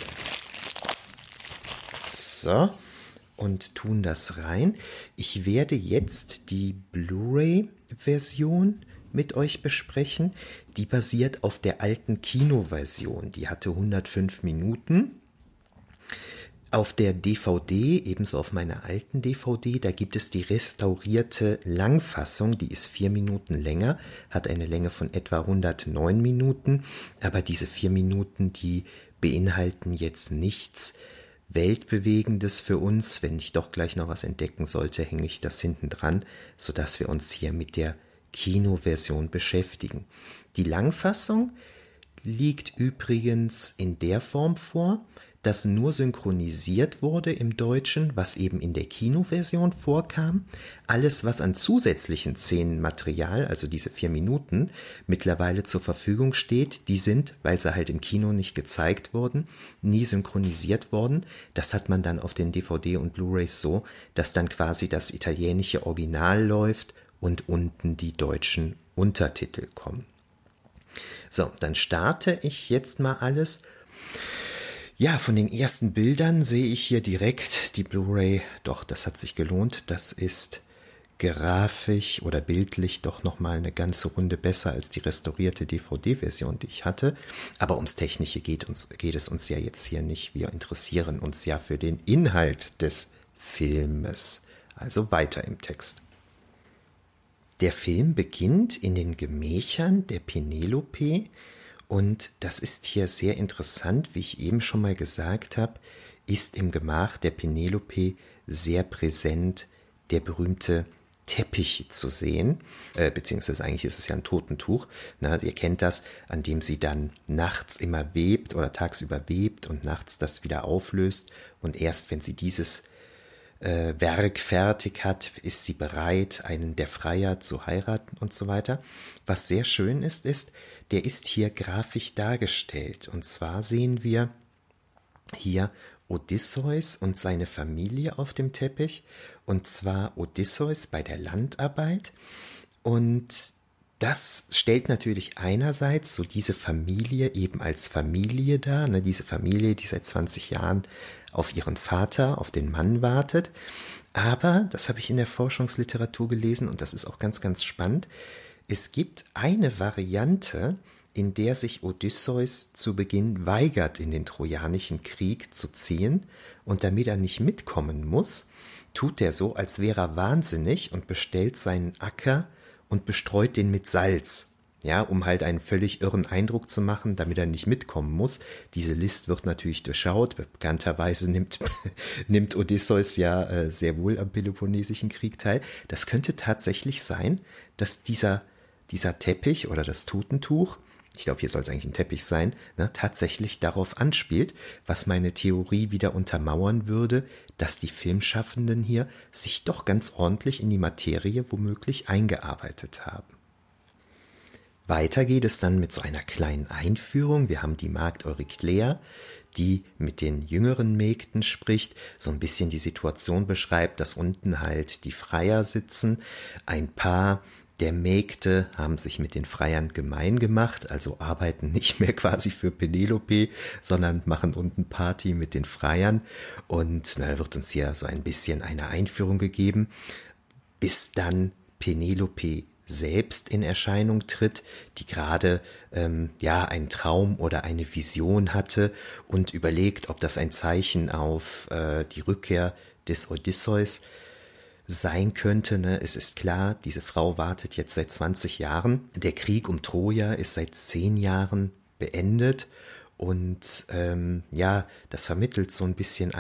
So, und tun das rein. Ich werde jetzt die Blu-ray-Version mit euch besprechen. Die basiert auf der alten Kinoversion. Die hatte 105 Minuten. Auf der DVD, ebenso auf meiner alten DVD, da gibt es die restaurierte Langfassung, die ist 4 Minuten länger, hat eine Länge von etwa 109 Minuten, aber diese 4 Minuten, die beinhalten jetzt nichts Weltbewegendes für uns. Wenn ich doch gleich noch was entdecken sollte, hänge ich das hinten dran, sodass wir uns hier mit der Kinoversion beschäftigen. Die Langfassung liegt übrigens in der Form vor, dass nur synchronisiert wurde im Deutschen, was eben in der Kinoversion vorkam. Alles, was an zusätzlichen Szenenmaterial, also diese 4 Minuten, mittlerweile zur Verfügung steht, die sind, weil sie halt im Kino nicht gezeigt wurden, nie synchronisiert worden. Das hat man dann auf den DVD und Blu-rays so, dass dann quasi das italienische Original läuft und unten die deutschen Untertitel kommen. So, dann starte ich jetzt mal alles. Ja, von den ersten Bildern sehe ich hier direkt die Blu-ray, doch, das hat sich gelohnt. Das ist grafisch oder bildlich doch nochmal eine ganze Runde besser als die restaurierte DVD-Version, die ich hatte. Aber ums Technische geht es uns ja jetzt hier nicht. Wir interessieren uns ja für den Inhalt des Filmes. Also weiter im Text. Der Film beginnt in den Gemächern der Penelope. Und das ist hier sehr interessant, wie ich eben schon mal gesagt habe, ist im Gemach der Penelope sehr präsent der berühmte Teppich zu sehen, beziehungsweise eigentlich ist es ja ein Totentuch, ihr kennt das, an dem sie dann nachts immer webt oder tagsüber webt und nachts das wieder auflöst und erst wenn sie dieses Werk fertig hat, ist sie bereit, einen der Freier zu heiraten und so weiter. Was sehr schön ist, der ist hier grafisch dargestellt. Und zwar sehen wir hier Odysseus und seine Familie auf dem Teppich. Und zwar Odysseus bei der Landarbeit. Und das stellt natürlich einerseits so diese Familie eben als Familie dar, diese Familie, die seit 20 Jahren auf ihren Vater, auf den Mann wartet. Aber, das habe ich in der Forschungsliteratur gelesen und das ist auch ganz, ganz spannend, es gibt eine Variante, in der sich Odysseus zu Beginn weigert, in den Trojanischen Krieg zu ziehen und damit er nicht mitkommen muss, tut er so, als wäre er wahnsinnig und bestellt seinen Acker und bestreut den mit Salz, ja, um halt einen völlig irren Eindruck zu machen, damit er nicht mitkommen muss. Diese List wird natürlich durchschaut. Bekannterweise nimmt Odysseus ja sehr wohl am Peloponnesischen Krieg teil. Das könnte tatsächlich sein, dass dieser Teppich oder das Totentuch, ich glaube, hier soll es eigentlich ein Teppich sein, tatsächlich darauf anspielt, was meine Theorie wieder untermauern würde, dass die Filmschaffenden hier sich doch ganz ordentlich in die Materie womöglich eingearbeitet haben. Weiter geht es dann mit so einer kleinen Einführung. Wir haben die Magd Eurykleia, die mit den jüngeren Mägden spricht, so ein bisschen die Situation beschreibt, dass unten halt die Freier sitzen. Ein paar der Mägde haben sich mit den Freiern gemein gemacht, also arbeiten nicht mehr quasi für Penelope, sondern machen unten Party mit den Freiern. Und da wird uns hier so ein bisschen eine Einführung gegeben, bis dann Penelope selbst in Erscheinung tritt, die gerade einen Traum oder eine Vision hatte und überlegt, ob das ein Zeichen auf die Rückkehr des Odysseus sein könnte. Es ist klar, diese Frau wartet jetzt seit 20 Jahren. Der Krieg um Troja ist seit 10 Jahren beendet und das vermittelt so ein bisschen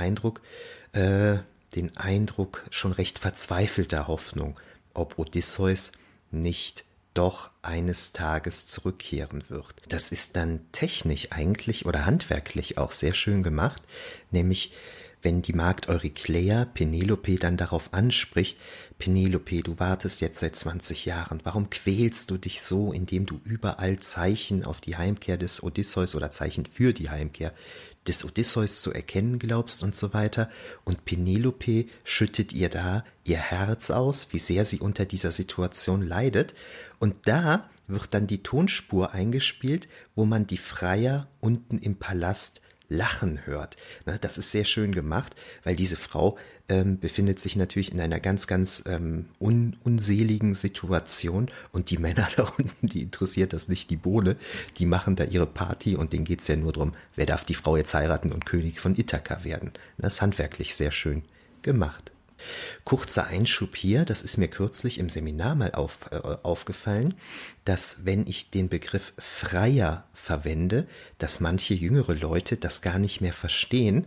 den Eindruck schon recht verzweifelter Hoffnung, ob Odysseus nicht doch eines Tages zurückkehren wird. Das ist dann technisch eigentlich oder handwerklich auch sehr schön gemacht, nämlich wenn die Magd Eurykleia Penelope dann darauf anspricht, Penelope, du wartest jetzt seit 20 Jahren, warum quälst du dich so, indem du überall Zeichen auf die Heimkehr des Odysseus oder Zeichen für die Heimkehr des Odysseus zu erkennen glaubst und so weiter. Und Penelope schüttet ihr da ihr Herz aus, wie sehr sie unter dieser Situation leidet. Und da wird dann die Tonspur eingespielt, wo man die Freier unten im Palast lachen hört. Das ist sehr schön gemacht, weil diese Frau befindet sich natürlich in einer ganz, ganz unseligen Situation und die Männer da unten, die interessiert das nicht die Bohne, die machen da ihre Party und denen geht es ja nur darum, wer darf die Frau jetzt heiraten und König von Ithaka werden. Das ist handwerklich sehr schön gemacht. Kurzer Einschub hier, das ist mir kürzlich im Seminar mal aufgefallen, dass wenn ich den Begriff Freier verwende, dass manche jüngere Leute das gar nicht mehr verstehen.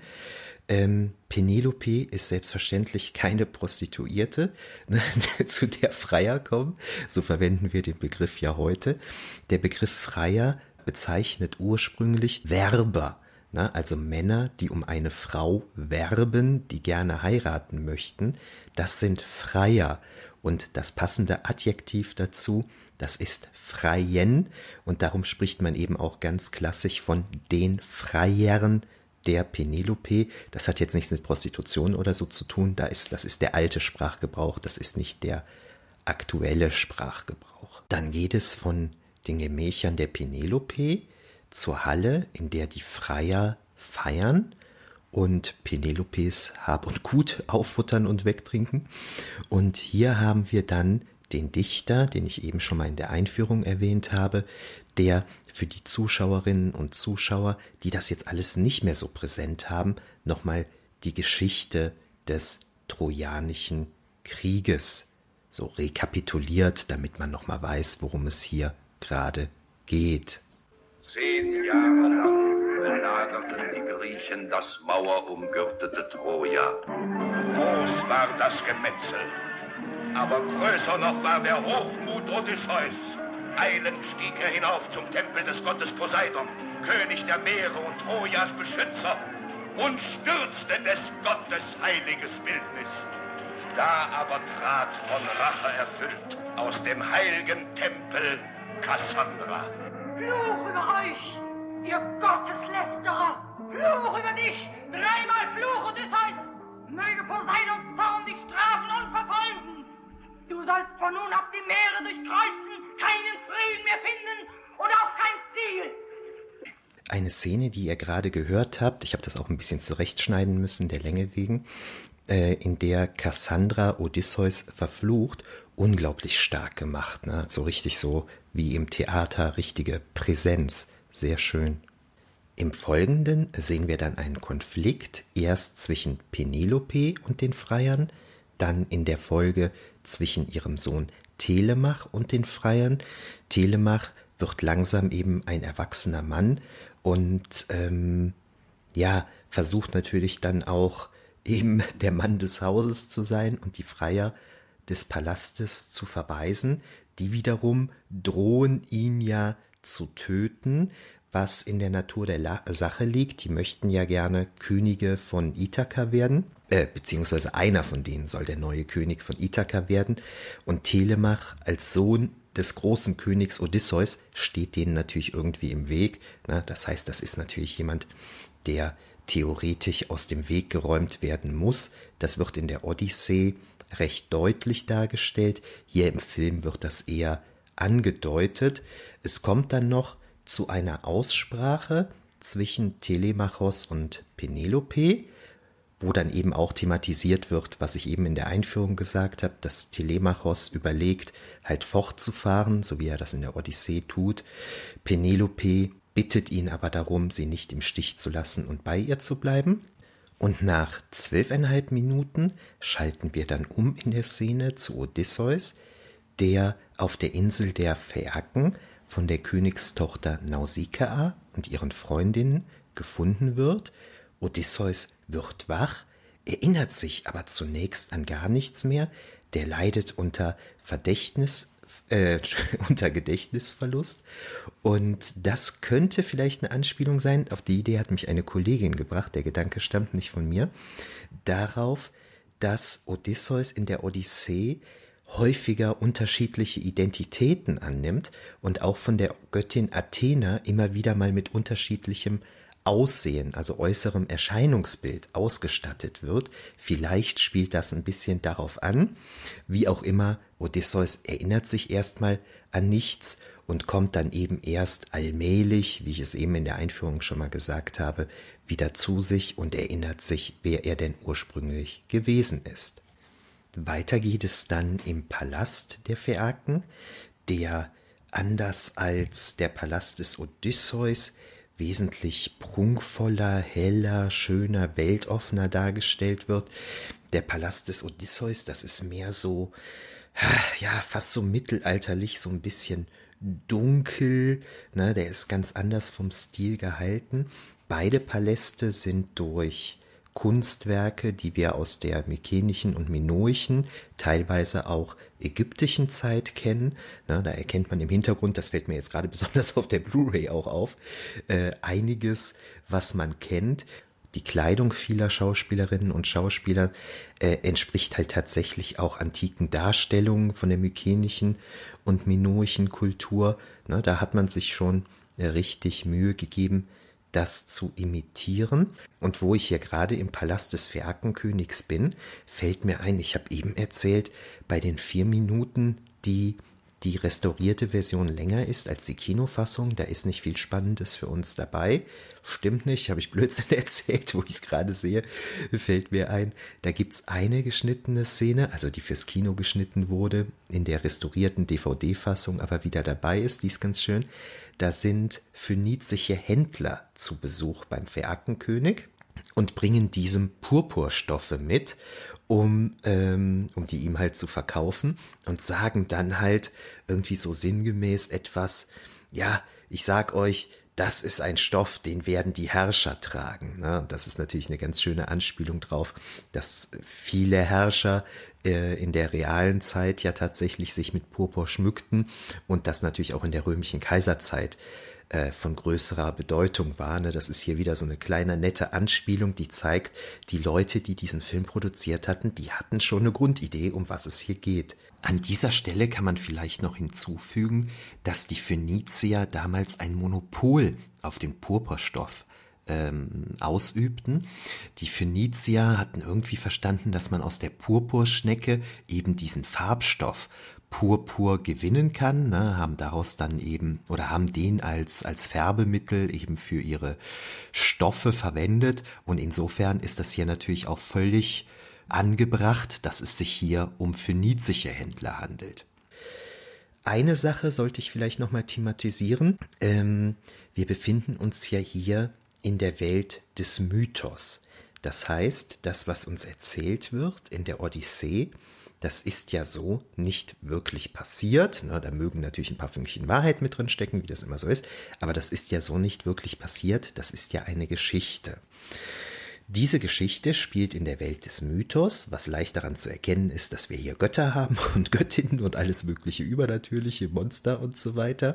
Penelope ist selbstverständlich keine Prostituierte, ne, zu der Freier kommen. So verwenden wir den Begriff ja heute. Der Begriff Freier bezeichnet ursprünglich Werber. Also Männer, die um eine Frau werben, die gerne heiraten möchten, das sind Freier. Und das passende Adjektiv dazu, das ist Freien. Und darum spricht man eben auch ganz klassisch von den Freiern der Penelope. Das hat jetzt nichts mit Prostitution oder so zu tun. Das ist der alte Sprachgebrauch, das ist nicht der aktuelle Sprachgebrauch. Dann geht es von den Gemächern der Penelope zur Halle, in der die Freier feiern und Penelopes Hab und Gut auffuttern und wegtrinken. Und hier haben wir dann den Dichter, den ich eben schon mal in der Einführung erwähnt habe, der für die Zuschauerinnen und Zuschauer, die das jetzt alles nicht mehr so präsent haben, nochmal die Geschichte des Trojanischen Krieges so rekapituliert, damit man nochmal weiß, worum es hier gerade geht. 10 Jahre lang belagerten die Griechen das mauerumgürtete Troja. Groß war das Gemetzel, aber größer noch war der Hochmut Odysseus. Eilend stieg er hinauf zum Tempel des Gottes Poseidon, König der Meere und Trojas Beschützer, und stürzte des Gottes heiliges Bildnis. Da aber trat von Rache erfüllt aus dem heiligen Tempel Kassandra. Fluch über euch, ihr Gotteslästerer! Fluch über dich! 3-mal Fluch, Odysseus! Möge Poseidons Zorn dich strafen und verfolgen! Du sollst von nun ab die Meere durchkreuzen, keinen Frieden mehr finden und auch kein Ziel! Eine Szene, die ihr gerade gehört habt, ich habe das auch ein bisschen zurechtschneiden müssen, der Länge wegen, in der Kassandra Odysseus verflucht, unglaublich stark gemacht, ne? So richtig so wie im Theater, richtige Präsenz, sehr schön. Im Folgenden sehen wir dann einen Konflikt, erst zwischen Penelope und den Freiern, dann in der Folge zwischen ihrem Sohn Telemach und den Freiern. Telemach wird langsam eben ein erwachsener Mann und versucht natürlich dann auch eben der Mann des Hauses zu sein und die Freier des Palastes zu verweisen. Die wiederum drohen ihn ja zu töten, was in der Natur der Sache liegt. Die möchten ja gerne Könige von Ithaka werden, beziehungsweise einer von denen soll der neue König von Ithaka werden. Und Telemach als Sohn des großen Königs Odysseus steht denen natürlich irgendwie im Weg. Das heißt, das ist natürlich jemand, der theoretisch aus dem Weg geräumt werden muss. Das wird in der Odyssee recht deutlich dargestellt. Hier im Film wird das eher angedeutet. Es kommt dann noch zu einer Aussprache zwischen Telemachos und Penelope, wo dann eben auch thematisiert wird, was ich eben in der Einführung gesagt habe, dass Telemachos überlegt, halt fortzufahren, so wie er das in der Odyssee tut. Penelope bittet ihn aber darum, sie nicht im Stich zu lassen und bei ihr zu bleiben. Und nach 12,5 Minuten schalten wir dann um in der Szene zu Odysseus, der auf der Insel der Phäaken von der Königstochter Nausikaa und ihren Freundinnen gefunden wird. Odysseus wird wach, erinnert sich aber zunächst an gar nichts mehr. Der leidet unter Gedächtnisverlust. Und das könnte vielleicht eine Anspielung sein, auf die Idee hat mich eine Kollegin gebracht, der Gedanke stammt nicht von mir, darauf, dass Odysseus in der Odyssee häufiger unterschiedliche Identitäten annimmt und auch von der Göttin Athena immer wieder mal mit unterschiedlichem Aussehen, also äußerem Erscheinungsbild ausgestattet wird. Vielleicht spielt das ein bisschen darauf an. Wie auch immer, Odysseus erinnert sich erstmal an nichts und kommt dann eben erst allmählich, wie ich es eben in der Einführung schon mal gesagt habe, wieder zu sich und erinnert sich, wer er denn ursprünglich gewesen ist. Weiter geht es dann im Palast der Phäaken, der anders als der Palast des Odysseus wesentlich prunkvoller, heller, schöner, weltoffener dargestellt wird. Der Palast des Odysseus, das ist mehr so, ja, fast so mittelalterlich, so ein bisschen dunkel, ne, der ist ganz anders vom Stil gehalten. Beide Paläste sind durch Kunstwerke, die wir aus der mykenischen und minoischen, teilweise auch ägyptischen Zeit kennen. Na, da erkennt man im Hintergrund, das fällt mir jetzt gerade besonders auf der Blu-ray auch auf, einiges, was man kennt. Die Kleidung vieler Schauspielerinnen und Schauspieler entspricht halt tatsächlich auch antiken Darstellungen von der mykenischen und minoischen Kultur. Na, da hat man sich schon richtig Mühe gegeben, das zu imitieren. Und wo ich hier gerade im Palast des Phäakenkönigs bin, fällt mir ein, ich habe eben erzählt, bei den 4 Minuten, die restaurierte Version länger ist als die Kinofassung, da ist nicht viel Spannendes für uns dabei. Stimmt nicht, habe ich Blödsinn erzählt, wo ich es gerade sehe, fällt mir ein. Da gibt es eine geschnittene Szene, also die fürs Kino geschnitten wurde, in der restaurierten DVD-Fassung aber wieder dabei ist, die ist ganz schön. Da sind phönizische Händler zu Besuch beim Phäakenkönig und bringen diesem Purpurstoffe mit, um die ihm halt zu verkaufen und sagen dann halt irgendwie so sinngemäß etwas, ja, ich sag euch, das ist ein Stoff, den werden die Herrscher tragen. Ne? Das ist natürlich eine ganz schöne Anspielung drauf, dass viele Herrscher in der realen Zeit ja tatsächlich sich mit Purpur schmückten und das natürlich auch in der römischen Kaiserzeit von größerer Bedeutung war. Ne? Das ist hier wieder so eine kleine nette Anspielung, die zeigt, die Leute, die diesen Film produziert hatten, die hatten schon eine Grundidee, um was es hier geht. An dieser Stelle kann man vielleicht noch hinzufügen, dass die Phönizier damals ein Monopol auf den Purpurstoff ausübten. Die Phönizier hatten irgendwie verstanden, dass man aus der Purpurschnecke eben diesen Farbstoff Purpur gewinnen kann, ne, haben daraus dann eben oder haben den als Färbemittel eben für ihre Stoffe verwendet und insofern ist das hier natürlich auch völlig angebracht, dass es sich hier um phönizische Händler handelt. Eine Sache sollte ich vielleicht nochmal thematisieren. Wir befinden uns ja hier in der Welt des Mythos. Das heißt, das, was uns erzählt wird in der Odyssee, das ist ja so nicht wirklich passiert. Na, da mögen natürlich ein paar Fünkchen Wahrheit mit drin stecken, wie das immer so ist, aber das ist ja so nicht wirklich passiert. Das ist ja eine Geschichte. Diese Geschichte spielt in der Welt des Mythos, was leicht daran zu erkennen ist, dass wir hier Götter haben und Göttinnen und alles mögliche übernatürliche Monster und so weiter.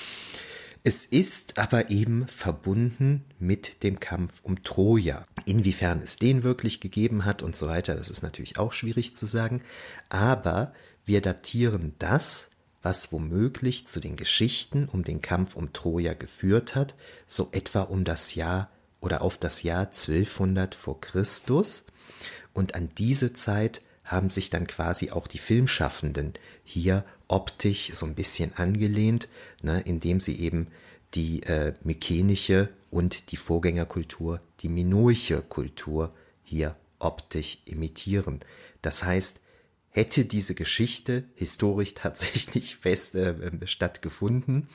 Es ist aber eben verbunden mit dem Kampf um Troja. Inwiefern es den wirklich gegeben hat und so weiter, das ist natürlich auch schwierig zu sagen. Aber wir datieren das, was womöglich zu den Geschichten um den Kampf um Troja geführt hat, so etwa um das Jahr oder auf das Jahr 1200 vor Christus. Und an diese Zeit haben sich dann quasi auch die Filmschaffenden hier optisch so ein bisschen angelehnt, ne, indem sie eben die mykenische und die Vorgängerkultur, die minoische Kultur hier optisch imitieren. Das heißt, hätte diese Geschichte historisch tatsächlich stattgefunden,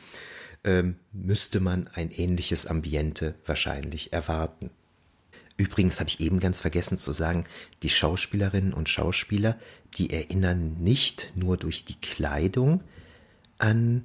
müsste man ein ähnliches Ambiente wahrscheinlich erwarten. Übrigens habe ich eben ganz vergessen zu sagen, die Schauspielerinnen und Schauspieler, die erinnern nicht nur durch die Kleidung an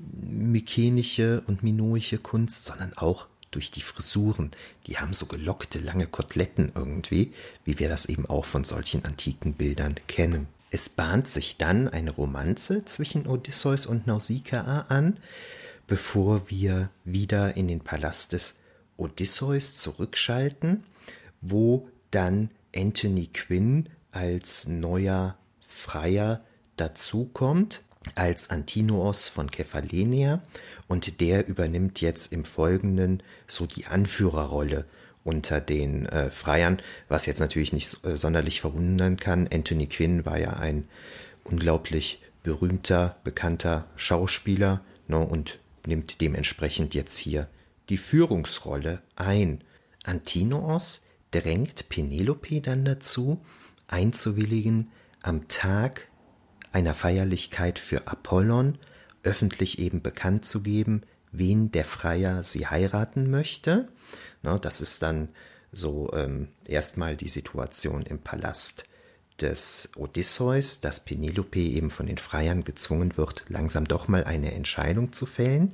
mykenische und minoische Kunst, sondern auch durch die Frisuren. Die haben so gelockte, lange Koteletten irgendwie, wie wir das eben auch von solchen antiken Bildern kennen. Es bahnt sich dann eine Romanze zwischen Odysseus und Nausikaa an, bevor wir wieder in den Palast des Odysseus zurückschalten, wo dann Anthony Quinn als neuer Freier dazukommt, als Antinoos von Kephallenia und der übernimmt jetzt im Folgenden so die Anführerrolle unter den Freiern, was jetzt natürlich nicht sonderlich verwundern kann. Anthony Quinn war ja ein unglaublich berühmter, bekannter Schauspieler, ne, und nimmt dementsprechend jetzt hier die Führungsrolle ein. Antinoos drängt Penelope dann dazu, einzuwilligen, am Tag einer Feierlichkeit für Apollon öffentlich eben bekannt zu geben, wen der Freier sie heiraten möchte. Na, das ist dann so erstmal die Situation im Palast des Odysseus, dass Penelope eben von den Freiern gezwungen wird, langsam doch mal eine Entscheidung zu fällen.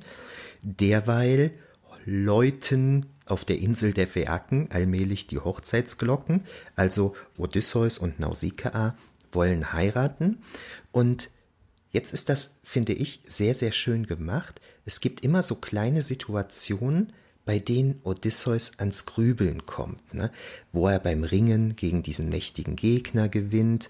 Derweil läuten auf der Insel der Phäaken allmählich die Hochzeitsglocken, also Odysseus und Nausikaa wollen heiraten. Und jetzt ist das, finde ich, sehr, sehr schön gemacht. Es gibt immer so kleine Situationen, bei denen Odysseus ans Grübeln kommt, ne? Wo er beim Ringen gegen diesen mächtigen Gegner gewinnt.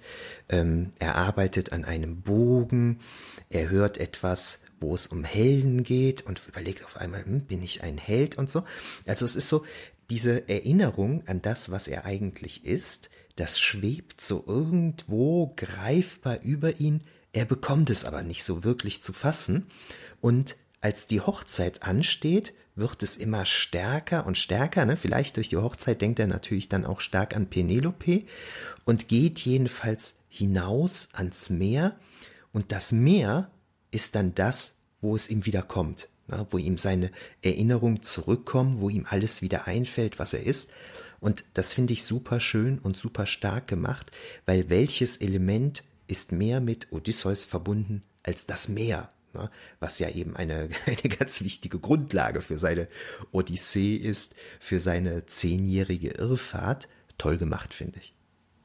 Er arbeitet an einem Bogen, er hört etwas, wo es um Helden geht und überlegt auf einmal, bin ich ein Held und so. Also es ist so, diese Erinnerung an das, was er eigentlich ist, das schwebt so irgendwo greifbar über ihn. Er bekommt es aber nicht so wirklich zu fassen. Und als die Hochzeit ansteht, wird es immer stärker und stärker. Ne? Vielleicht durch die Hochzeit denkt er natürlich dann auch stark an Penelope und geht jedenfalls hinaus ans Meer. Und das Meer ist dann das, wo es ihm wieder kommt, ne? Wo ihm seine Erinnerungen zurückkommen, wo ihm alles wieder einfällt, was er ist. Und das finde ich super schön und super stark gemacht, weil welches Element ist mehr mit Odysseus verbunden als das Meer? Was ja eben eine ganz wichtige Grundlage für seine Odyssee ist, für seine 10-jährige Irrfahrt. Toll gemacht, finde ich.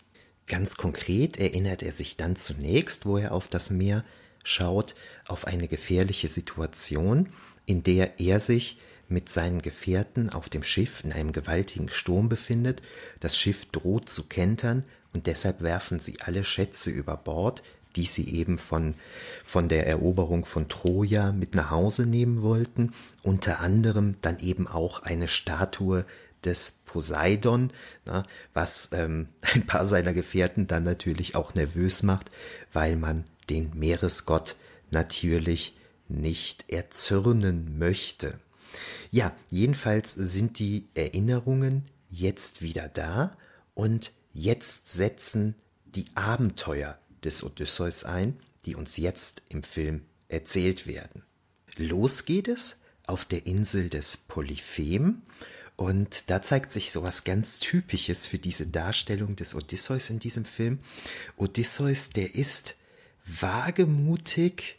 Ganz konkret erinnert er sich dann zunächst, wo er auf das Meer schaut, auf eine gefährliche Situation, in der er sich mit seinen Gefährten auf dem Schiff in einem gewaltigen Sturm befindet. Das Schiff droht zu kentern und deshalb werfen sie alle Schätze über Bord, die sie eben von der Eroberung von Troja mit nach Hause nehmen wollten. Unter anderem dann eben auch eine Statue des Poseidon, was ein paar seiner Gefährten dann natürlich auch nervös macht, weil man den Meeresgott natürlich nicht erzürnen möchte. Ja, jedenfalls sind die Erinnerungen jetzt wieder da und jetzt setzen die Abenteuer des Odysseus ein, die uns jetzt im Film erzählt werden. Los geht es auf der Insel des Polyphem und da zeigt sich sowas ganz Typisches für diese Darstellung des Odysseus in diesem Film. Odysseus, der ist wagemutig,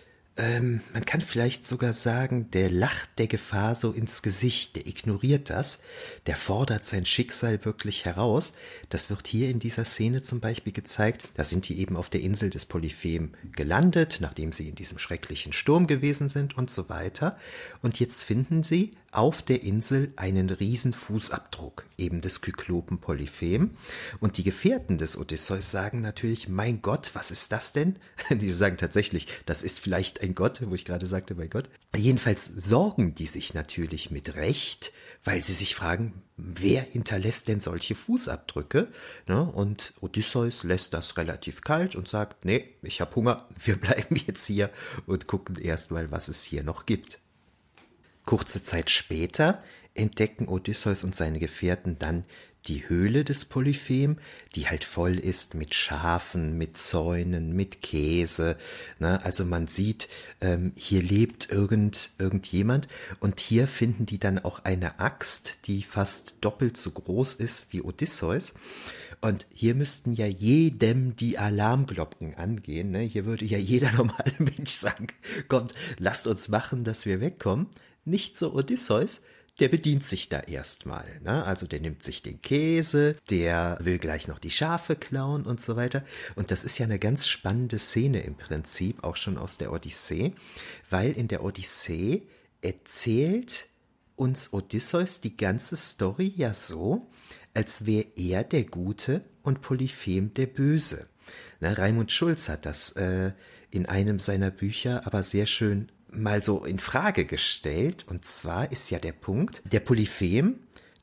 man kann vielleicht sogar sagen, der lacht der Gefahr so ins Gesicht, der ignoriert das, der fordert sein Schicksal wirklich heraus. Das wird hier in dieser Szene zum Beispiel gezeigt. Da sind die eben auf der Insel des Polyphem gelandet, nachdem sie in diesem schrecklichen Sturm gewesen sind und so weiter. Und jetzt finden sie auf der Insel einen riesen Fußabdruck, eben des Kyklopen Polyphem. Und die Gefährten des Odysseus sagen natürlich, mein Gott, was ist das denn? Die sagen tatsächlich, das ist vielleicht ein Gott, wo ich gerade sagte, mein Gott. Jedenfalls sorgen die sich natürlich mit Recht, weil sie sich fragen, wer hinterlässt denn solche Fußabdrücke? Und Odysseus lässt das relativ kalt und sagt, nee, ich habe Hunger, wir bleiben jetzt hier und gucken erstmal, was es hier noch gibt. Kurze Zeit später entdecken Odysseus und seine Gefährten dann die Höhle des Polyphem, die halt voll ist mit Schafen, mit Zäunen, mit Käse. Also man sieht, hier lebt irgendjemand und hier finden die dann auch eine Axt, die fast doppelt so groß ist wie Odysseus. Und hier müssten ja jedem die Alarmglocken angehen. Hier würde ja jeder normale Mensch sagen, kommt, lasst uns machen, dass wir wegkommen. Nicht so Odysseus, der bedient sich da erstmal. Also der nimmt sich den Käse, der will gleich noch die Schafe klauen und so weiter. Und das ist ja eine ganz spannende Szene im Prinzip, auch schon aus der Odyssee, weil in der Odyssee erzählt uns Odysseus die ganze Story ja so, als wäre er der Gute und Polyphem der Böse. Raimund Schulz hat das in einem seiner Bücher aber sehr schön mal so in Frage gestellt. Und zwar ist ja der Punkt, der Polyphem,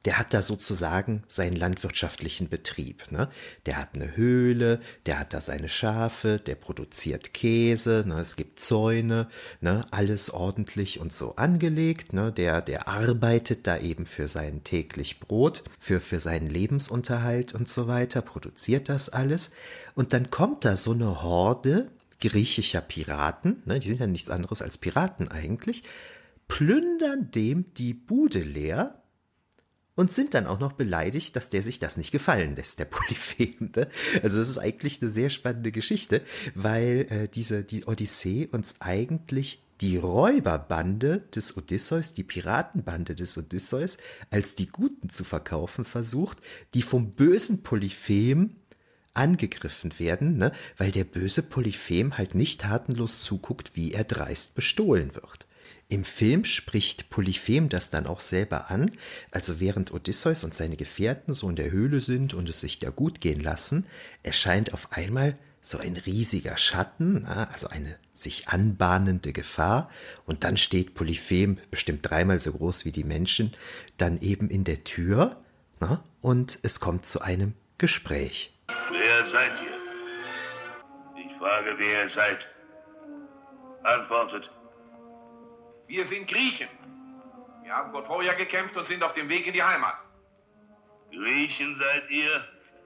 der hat da sozusagen seinen landwirtschaftlichen Betrieb. Ne? Der hat eine Höhle, der hat da seine Schafe, der produziert Käse, ne? Es gibt Zäune, ne? Alles ordentlich und so angelegt. Ne? Der arbeitet da eben für sein täglich Brot, für seinen Lebensunterhalt und so weiter, produziert das alles. Und dann kommt da so eine Horde griechischer Piraten, ne? Die sind ja nichts anderes als Piraten eigentlich, plündern dem die Bude leer und sind dann auch noch beleidigt, dass der sich das nicht gefallen lässt, der Polyphem. Ne? Also das ist eigentlich eine sehr spannende Geschichte, weil die Odyssee uns eigentlich die Räuberbande des Odysseus, die Piratenbande des Odysseus, als die Guten zu verkaufen versucht, die vom bösen Polyphem angegriffen werden, ne? Weil der böse Polyphem halt nicht tatenlos zuguckt, wie er dreist bestohlen wird. Im Film spricht Polyphem das dann auch selber an, also während Odysseus und seine Gefährten so in der Höhle sind und es sich da gut gehen lassen, erscheint auf einmal so ein riesiger Schatten, also eine sich anbahnende Gefahr, und dann steht Polyphem, bestimmt 3-mal so groß wie die Menschen, dann eben in der Tür, und es kommt zu einem Gespräch. Wer seid ihr? Ich frage, wer ihr seid. Antwortet. Wir sind Griechen. Wir haben vor Troja gekämpft und sind auf dem Weg in die Heimat. Griechen seid ihr?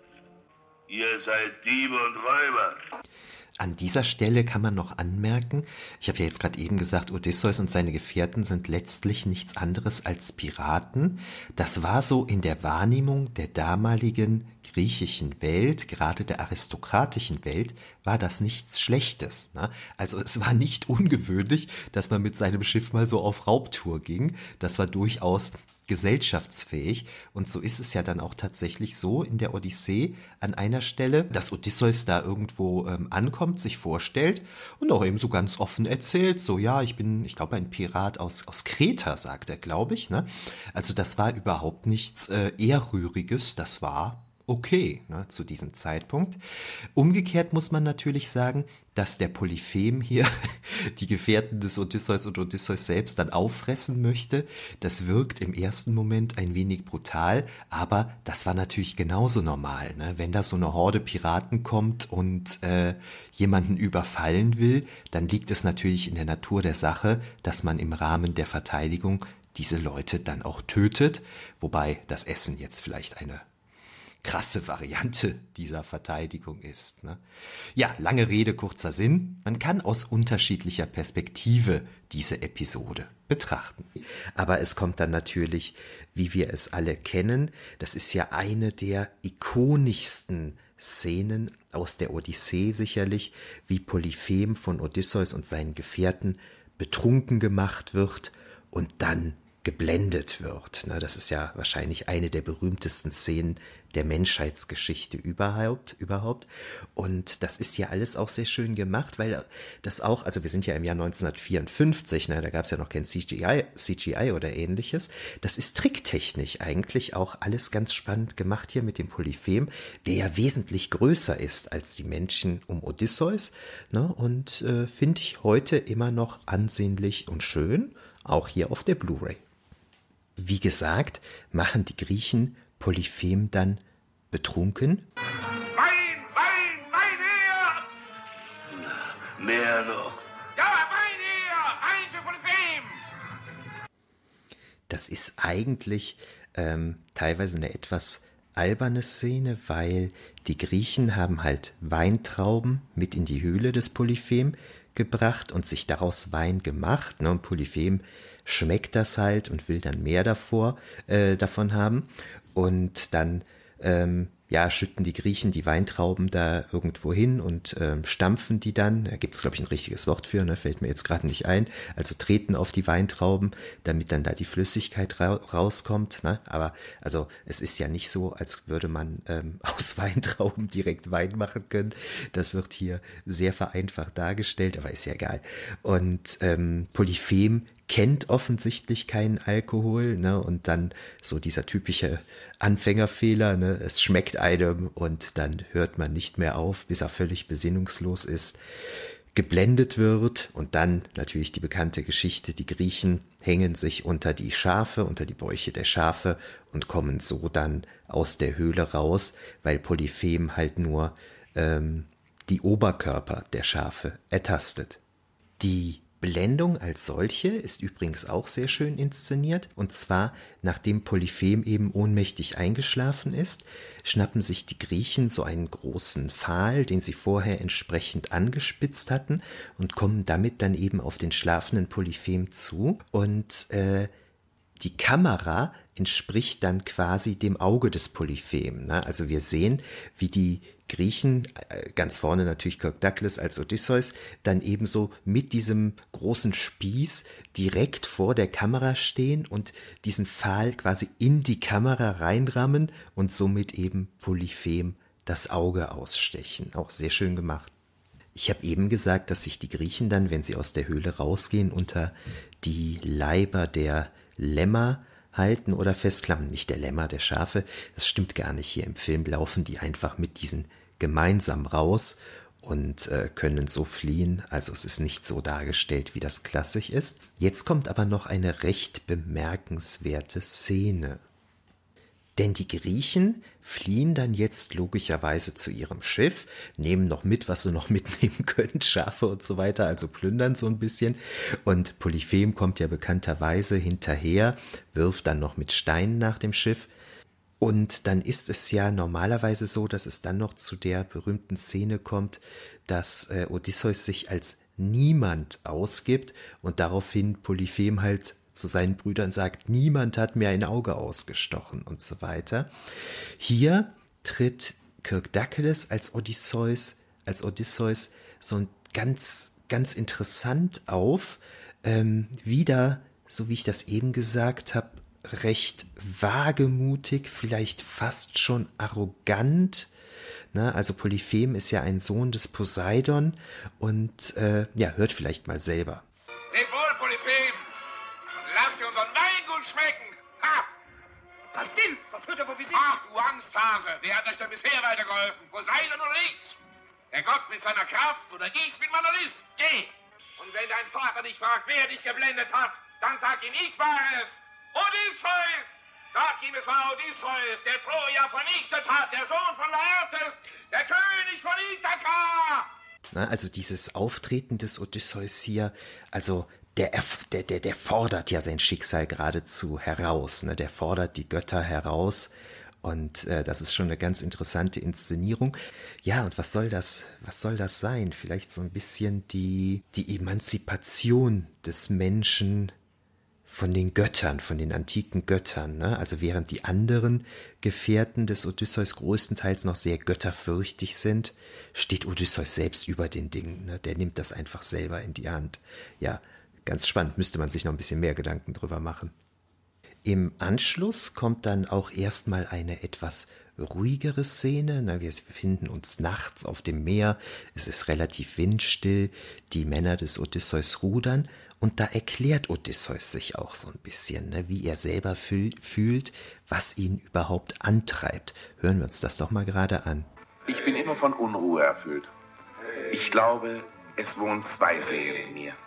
Ihr seid Diebe und Räuber. An dieser Stelle kann man noch anmerken, ich habe ja jetzt gerade eben gesagt, Odysseus und seine Gefährten sind letztlich nichts anderes als Piraten. Das war so in der Wahrnehmung der damaligen griechischen Welt, gerade der aristokratischen Welt, war das nichts Schlechtes. Ne? Also es war nicht ungewöhnlich, dass man mit seinem Schiff mal so auf Raubtour ging. Das war durchaus gesellschaftsfähig, und so ist es ja dann auch tatsächlich so in der Odyssee an einer Stelle, dass Odysseus da irgendwo ankommt, sich vorstellt und auch eben so ganz offen erzählt, so ja, ich glaube ein Pirat aus Kreta, sagt er, glaube ich. Ne? Also das war überhaupt nichts Ehrrühriges, das war okay, ne, zu diesem Zeitpunkt. Umgekehrt muss man natürlich sagen, dass der Polyphem hier die Gefährten des Odysseus und Odysseus selbst dann auffressen möchte. Das wirkt im ersten Moment ein wenig brutal, aber das war natürlich genauso normal. Ne? Wenn da so eine Horde Piraten kommt und jemanden überfallen will, dann liegt es natürlich in der Natur der Sache, dass man im Rahmen der Verteidigung diese Leute dann auch tötet, wobei das Essen jetzt vielleicht eine krasse Variante dieser Verteidigung ist. Ne? Ja, lange Rede, kurzer Sinn. Man kann aus unterschiedlicher Perspektive diese Episode betrachten. Aber es kommt dann natürlich, wie wir es alle kennen, das ist ja eine der ikonischsten Szenen aus der Odyssee sicherlich, wie Polyphem von Odysseus und seinen Gefährten betrunken gemacht wird und dann geblendet wird. Das ist ja wahrscheinlich eine der berühmtesten Szenen der Menschheitsgeschichte überhaupt. Und das ist ja alles auch sehr schön gemacht, weil das auch, also wir sind ja im Jahr 1954, da gab es ja noch kein CGI oder ähnliches. Das ist tricktechnisch eigentlich auch alles ganz spannend gemacht hier mit dem Polyphem, der ja wesentlich größer ist als die Menschen um Odysseus. Und finde ich heute immer noch ansehnlich und schön, auch hier auf der Blu-ray. Wie gesagt, machen die Griechen Polyphem dann betrunken. Wein her! Mehr noch. Ja, Wein her! Wein für Polyphem! Das ist eigentlich teilweise eine etwas alberne Szene, weil die Griechen haben halt Weintrauben mit in die Höhle des Polyphem gebracht und sich daraus Wein gemacht. Und Polyphem schmeckt das halt und will dann mehr davon haben. Und dann schütten die Griechen die Weintrauben da irgendwo hin und stampfen die dann. Da gibt es, glaube ich, ein richtiges Wort für, fällt mir jetzt gerade nicht ein. Also treten auf die Weintrauben, damit dann da die Flüssigkeit rauskommt. Ne? Aber also es ist ja nicht so, als würde man aus Weintrauben direkt Wein machen können. Das wird hier sehr vereinfacht dargestellt, aber ist ja egal. Und Polyphem kennt offensichtlich keinen Alkohol, und dann so dieser typische Anfängerfehler, es schmeckt einem und dann hört man nicht mehr auf, bis er völlig besinnungslos ist. geblendet wird und dann natürlich die bekannte Geschichte, die Griechen hängen sich unter die Schafe, unter die Bäuche der Schafe und kommen so dann aus der Höhle raus, weil Polyphem halt nur die Oberkörper der Schafe ertastet. Die Blendung als solche ist übrigens auch sehr schön inszeniert, und zwar nachdem Polyphem eben ohnmächtig eingeschlafen ist, schnappen sich die Griechen so einen großen Pfahl, den sie vorher entsprechend angespitzt hatten, und kommen damit dann eben auf den schlafenden Polyphem zu, und die Kamera entspricht dann quasi dem Auge des Polyphem. Ne? Also wir sehen, wie die Griechen, ganz vorne natürlich Kirk Douglas als Odysseus, dann ebenso mit diesem großen Spieß direkt vor der Kamera stehen und diesen Pfahl quasi in die Kamera reinrammen und somit eben Polyphem das Auge ausstechen. Auch sehr schön gemacht. Ich habe eben gesagt, dass sich die Griechen dann, wenn sie aus der Höhle rausgehen, unter die Leiber der Lämmer halten oder festklammern. Nicht der Lämmer, der Schafe. Das stimmt gar nicht. Hier im Film laufen die einfach mit diesen gemeinsam raus und können so fliehen. Also es ist nicht so dargestellt, wie das klassisch ist. Jetzt kommt aber noch eine recht bemerkenswerte Szene. Denn die Griechen fliehen dann jetzt logischerweise zu ihrem Schiff, nehmen noch mit, was sie noch mitnehmen können, Schafe und so weiter, also plündern so ein bisschen. Und Polyphem kommt ja bekannterweise hinterher, wirft dann noch mit Steinen nach dem Schiff. Und dann ist es ja normalerweise so, dass es dann noch zu der berühmten Szene kommt, dass Odysseus sich als niemand ausgibt und daraufhin Polyphem halt zu seinen Brüdern sagt, niemand hat mir ein Auge ausgestochen und so weiter. Hier tritt Kirk Douglas als Odysseus so ein ganz, ganz interessant auf. Wieder, so wie ich das eben gesagt habe, recht wagemutig, vielleicht fast schon arrogant. Na, also Polyphem ist ja ein Sohn des Poseidon und ja, hört vielleicht mal selber. Leb wohl, Polyphem! Lass dir unseren Wein gut schmecken! Ha! Sei still! Verführt wo wir sind! Ach, du Angsthase! Wer hat euch denn bisher weitergeholfen? Poseidon oder ich? Der Gott mit seiner Kraft oder ich mit meiner List? Geh! Und wenn dein Vater dich fragt, wer dich geblendet hat, dann sag ihm, ich war es! Odysseus! Sag ihm, es war Odysseus, der Troja vernichtet hat, der Sohn von Laertes, der König von Ithaka! Na, also dieses Auftreten des Odysseus hier, also der fordert ja sein Schicksal geradezu heraus, ne? Der fordert die Götter heraus und das ist schon eine ganz interessante Inszenierung. Ja, und was soll das sein? Vielleicht so ein bisschen die Emanzipation des Menschen von den Göttern, von den antiken Göttern, ne? Also während die anderen Gefährten des Odysseus größtenteils noch sehr götterfürchtig sind, steht Odysseus selbst über den Dingen, ne? Der nimmt das einfach selber in die Hand. Ja, ganz spannend, müsste man sich noch ein bisschen mehr Gedanken drüber machen. Im Anschluss kommt dann auch erstmal eine etwas ruhigere Szene. Na, wir befinden uns nachts auf dem Meer, es ist relativ windstill, die Männer des Odysseus rudern. Und da erklärt Odysseus sich auch so ein bisschen, ne, wie er selber fühlt, was ihn überhaupt antreibt. Hören wir uns das doch mal gerade an. Ich bin immer von Unruhe erfüllt. Ich glaube, es wohnen zwei Seelen in mir.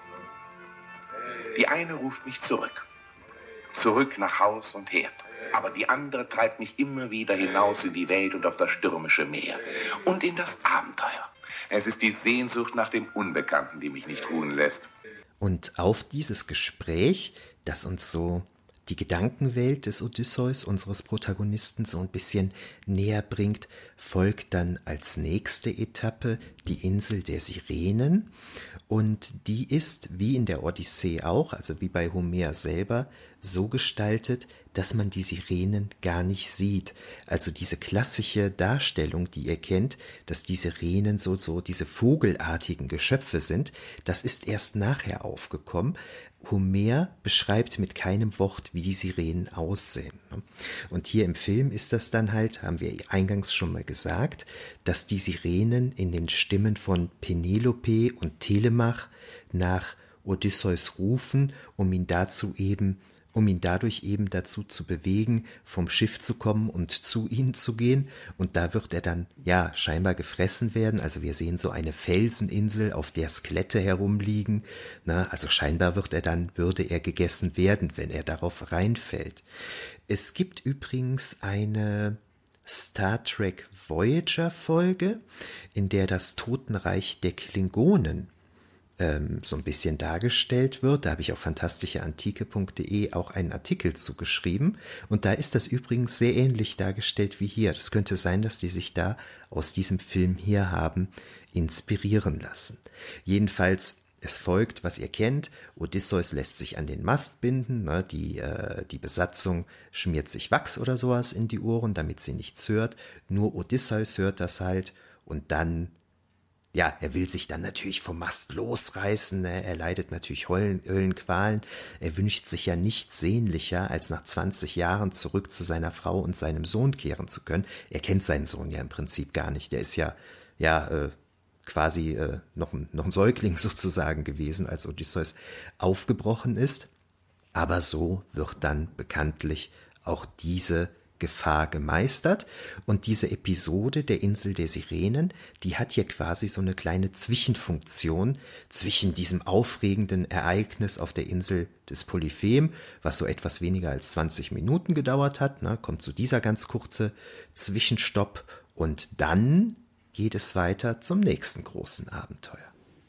Die eine ruft mich zurück. Zurück nach Haus und Herd. Aber die andere treibt mich immer wieder hinaus in die Welt und auf das stürmische Meer. Und in das Abenteuer. Es ist die Sehnsucht nach dem Unbekannten, die mich nicht ruhen lässt. Und auf dieses Gespräch, das uns so die Gedankenwelt des Odysseus, unseres Protagonisten, so ein bisschen näher bringt, folgt dann als nächste Etappe die Insel der Sirenen. Und die ist, wie in der Odyssee auch, also wie bei Homer selber, so gestaltet, dass man die Sirenen gar nicht sieht. Also diese klassische Darstellung, die ihr kennt, dass die Sirenen so diese vogelartigen Geschöpfe sind, das ist erst nachher aufgekommen. Homer beschreibt mit keinem Wort, wie die Sirenen aussehen. Und hier im Film ist das dann halt, haben wir eingangs schon mal gesagt, dass die Sirenen in den Stimmen von Penelope und Telemach nach Odysseus rufen, um ihn dazu eben um ihn dadurch eben dazu zu bewegen, vom Schiff zu kommen und zu ihnen zu gehen. Und da wird er dann, ja, scheinbar gefressen werden. Also wir sehen so eine Felseninsel, auf der Skelette herumliegen. Also scheinbar würde er gegessen werden, wenn er darauf reinfällt. Es gibt übrigens eine Star Trek Voyager Folge, in der das Totenreich der Klingonen so ein bisschen dargestellt wird. Da habe ich auf fantastischeantike.de auch einen Artikel zugeschrieben. Und da ist das übrigens sehr ähnlich dargestellt wie hier. Das könnte sein, dass die sich da aus diesem Film hier haben inspirieren lassen. Jedenfalls, es folgt, was ihr kennt. Odysseus lässt sich an den Mast binden. Die Besatzung schmiert sich Wachs oder sowas in die Ohren, damit sie nichts hört. Nur Odysseus hört das halt. Und dann, ja, er will sich dann natürlich vom Mast losreißen. Er leidet natürlich Höllenqualen. Er wünscht sich ja nichts sehnlicher, als nach 20 Jahren zurück zu seiner Frau und seinem Sohn kehren zu können. Er kennt seinen Sohn ja im Prinzip gar nicht. Der ist quasi noch ein Säugling sozusagen gewesen, als Odysseus aufgebrochen ist. Aber so wird dann bekanntlich auch diese Gefahr gemeistert. Und diese Episode der Insel der Sirenen, die hat hier quasi so eine kleine Zwischenfunktion zwischen diesem aufregenden Ereignis auf der Insel des Polyphem, was so etwas weniger als 20 Minuten gedauert hat, kommt so dieser ganz kurze Zwischenstopp und dann geht es weiter zum nächsten großen Abenteuer.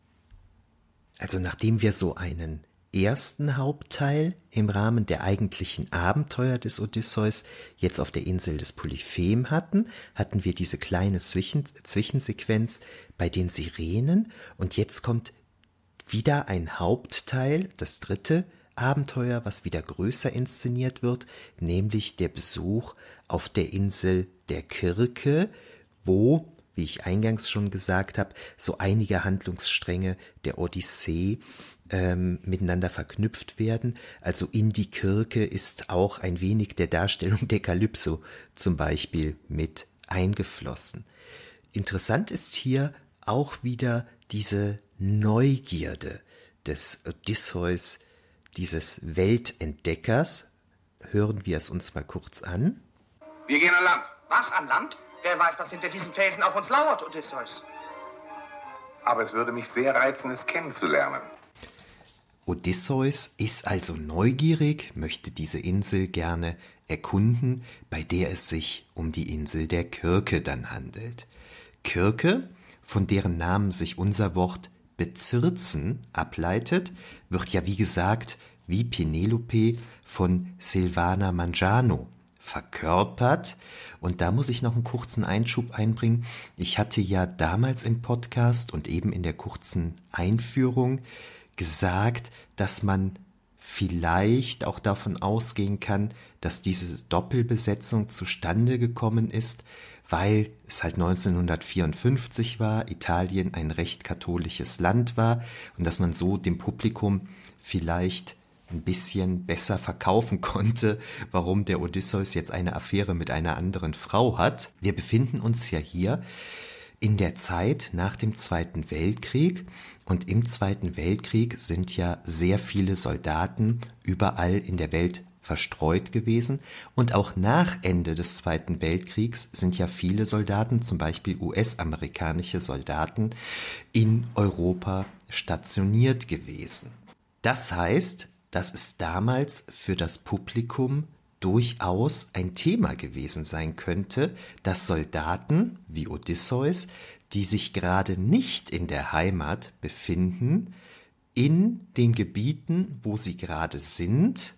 Also nachdem wir so einen ersten Hauptteil im Rahmen der eigentlichen Abenteuer des Odysseus jetzt auf der Insel des Polyphem hatten wir diese kleine Zwischensequenz bei den Sirenen und jetzt kommt wieder ein Hauptteil, das dritte Abenteuer, was wieder größer inszeniert wird, nämlich der Besuch auf der Insel der Kirke, wo, wie ich eingangs schon gesagt habe, so einige Handlungsstränge der Odyssee miteinander verknüpft werden. Also in die Kirke ist auch ein wenig der Darstellung der Kalypso zum Beispiel mit eingeflossen. Interessant ist hier auch wieder diese Neugierde des Odysseus, dieses Weltentdeckers. Hören wir es uns mal kurz an. Wir gehen an Land. Was, an Land? Wer weiß, was hinter diesen Felsen auf uns lauert, Odysseus? Aber es würde mich sehr reizen, es kennenzulernen. Odysseus ist also neugierig, möchte diese Insel gerne erkunden, bei der es sich um die Insel der Kirke dann handelt. Kirke, von deren Namen sich unser Wort bezirzen ableitet, wird ja wie gesagt wie Penelope von Silvana Mangiano verkörpert. Und da muss ich noch einen kurzen Einschub einbringen. Ich hatte ja damals im Podcast und eben in der kurzen Einführung gesagt, dass man vielleicht auch davon ausgehen kann, dass diese Doppelbesetzung zustande gekommen ist, weil es halt 1954 war, Italien ein recht katholisches Land war und dass man so dem Publikum vielleicht ein bisschen besser verkaufen konnte, warum der Odysseus jetzt eine Affäre mit einer anderen Frau hat. Wir befinden uns ja hier in der Zeit nach dem Zweiten Weltkrieg und im Zweiten Weltkrieg sind ja sehr viele Soldaten überall in der Welt verstreut gewesen und auch nach Ende des Zweiten Weltkriegs sind ja viele Soldaten, zum Beispiel US-amerikanische Soldaten, in Europa stationiert gewesen. Das heißt, dass es damals für das Publikum durchaus ein Thema gewesen sein könnte, dass Soldaten wie Odysseus, die sich gerade nicht in der Heimat befinden, in den Gebieten, wo sie gerade sind,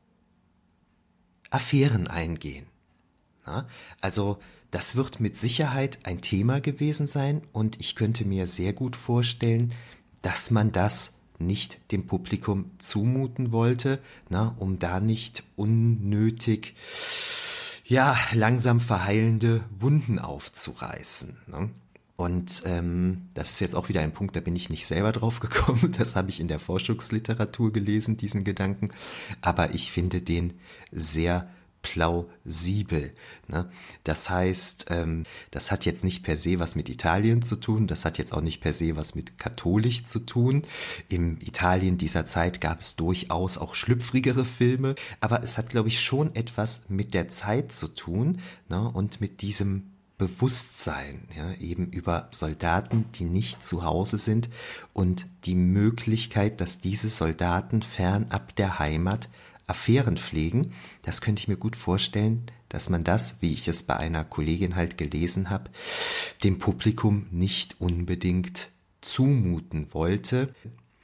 Affären eingehen. Also das wird mit Sicherheit ein Thema gewesen sein und ich könnte mir sehr gut vorstellen, dass man das nicht dem Publikum zumuten wollte, um da nicht unnötig, langsam verheilende Wunden aufzureißen. Und das ist jetzt auch wieder ein Punkt, da bin ich nicht selber drauf gekommen, das habe ich in der Forschungsliteratur gelesen, diesen Gedanken, aber ich finde den sehr plausibel. Ne? Das heißt, das hat jetzt nicht per se was mit Italien zu tun, das hat jetzt auch nicht per se was mit katholisch zu tun. Im Italien dieser Zeit gab es durchaus auch schlüpfrigere Filme, aber es hat, glaube ich, schon etwas mit der Zeit zu tun, ne? Und mit diesem Bewusstsein, ja, eben über Soldaten, die nicht zu Hause sind und die Möglichkeit, dass diese Soldaten fernab der Heimat Affären pflegen. Das könnte ich mir gut vorstellen, dass man das, wie ich es bei einer Kollegin halt gelesen habe, dem Publikum nicht unbedingt zumuten wollte.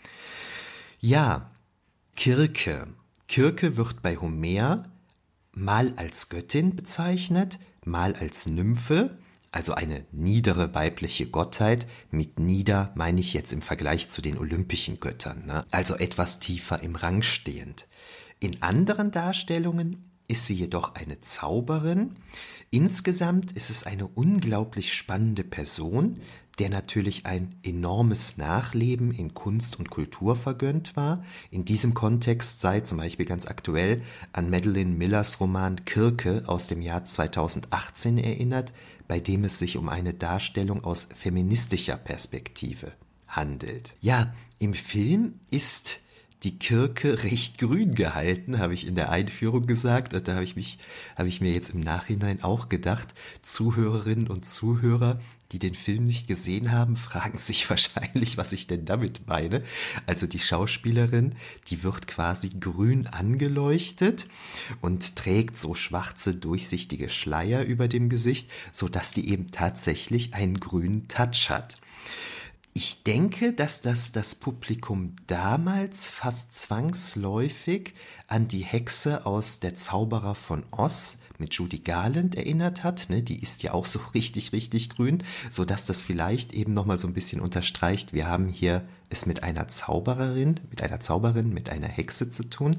Ja, Kirke. Kirke wird bei Homer mal als Göttin bezeichnet, mal als Nymphe, also eine niedere weibliche Gottheit. Mit nieder meine ich jetzt im Vergleich zu den olympischen Göttern, ne? Also etwas tiefer im Rang stehend. In anderen Darstellungen ist sie jedoch eine Zauberin. Insgesamt ist es eine unglaublich spannende Person, der natürlich ein enormes Nachleben in Kunst und Kultur vergönnt war. In diesem Kontext sei zum Beispiel ganz aktuell an Madeline Millers Roman Kirke aus dem Jahr 2018 erinnert, bei dem es sich um eine Darstellung aus feministischer Perspektive handelt. Ja, im Film ist die Kirke recht grün gehalten, habe ich in der Einführung gesagt. Und da habe ich mir jetzt im Nachhinein auch gedacht, Zuhörerinnen und Zuhörer, die den Film nicht gesehen haben, fragen sich wahrscheinlich, was ich denn damit meine. Also die Schauspielerin, die wird quasi grün angeleuchtet und trägt so schwarze, durchsichtige Schleier über dem Gesicht, sodass die eben tatsächlich einen grünen Touch hat. Ich denke, dass das Publikum damals fast zwangsläufig an die Hexe aus Der Zauberer von Oz mit Judy Garland erinnert hat. Ne? Die ist ja auch so richtig, richtig grün, sodass das vielleicht eben nochmal so ein bisschen unterstreicht, wir haben hier es mit einer Zauberin, mit einer Hexe zu tun.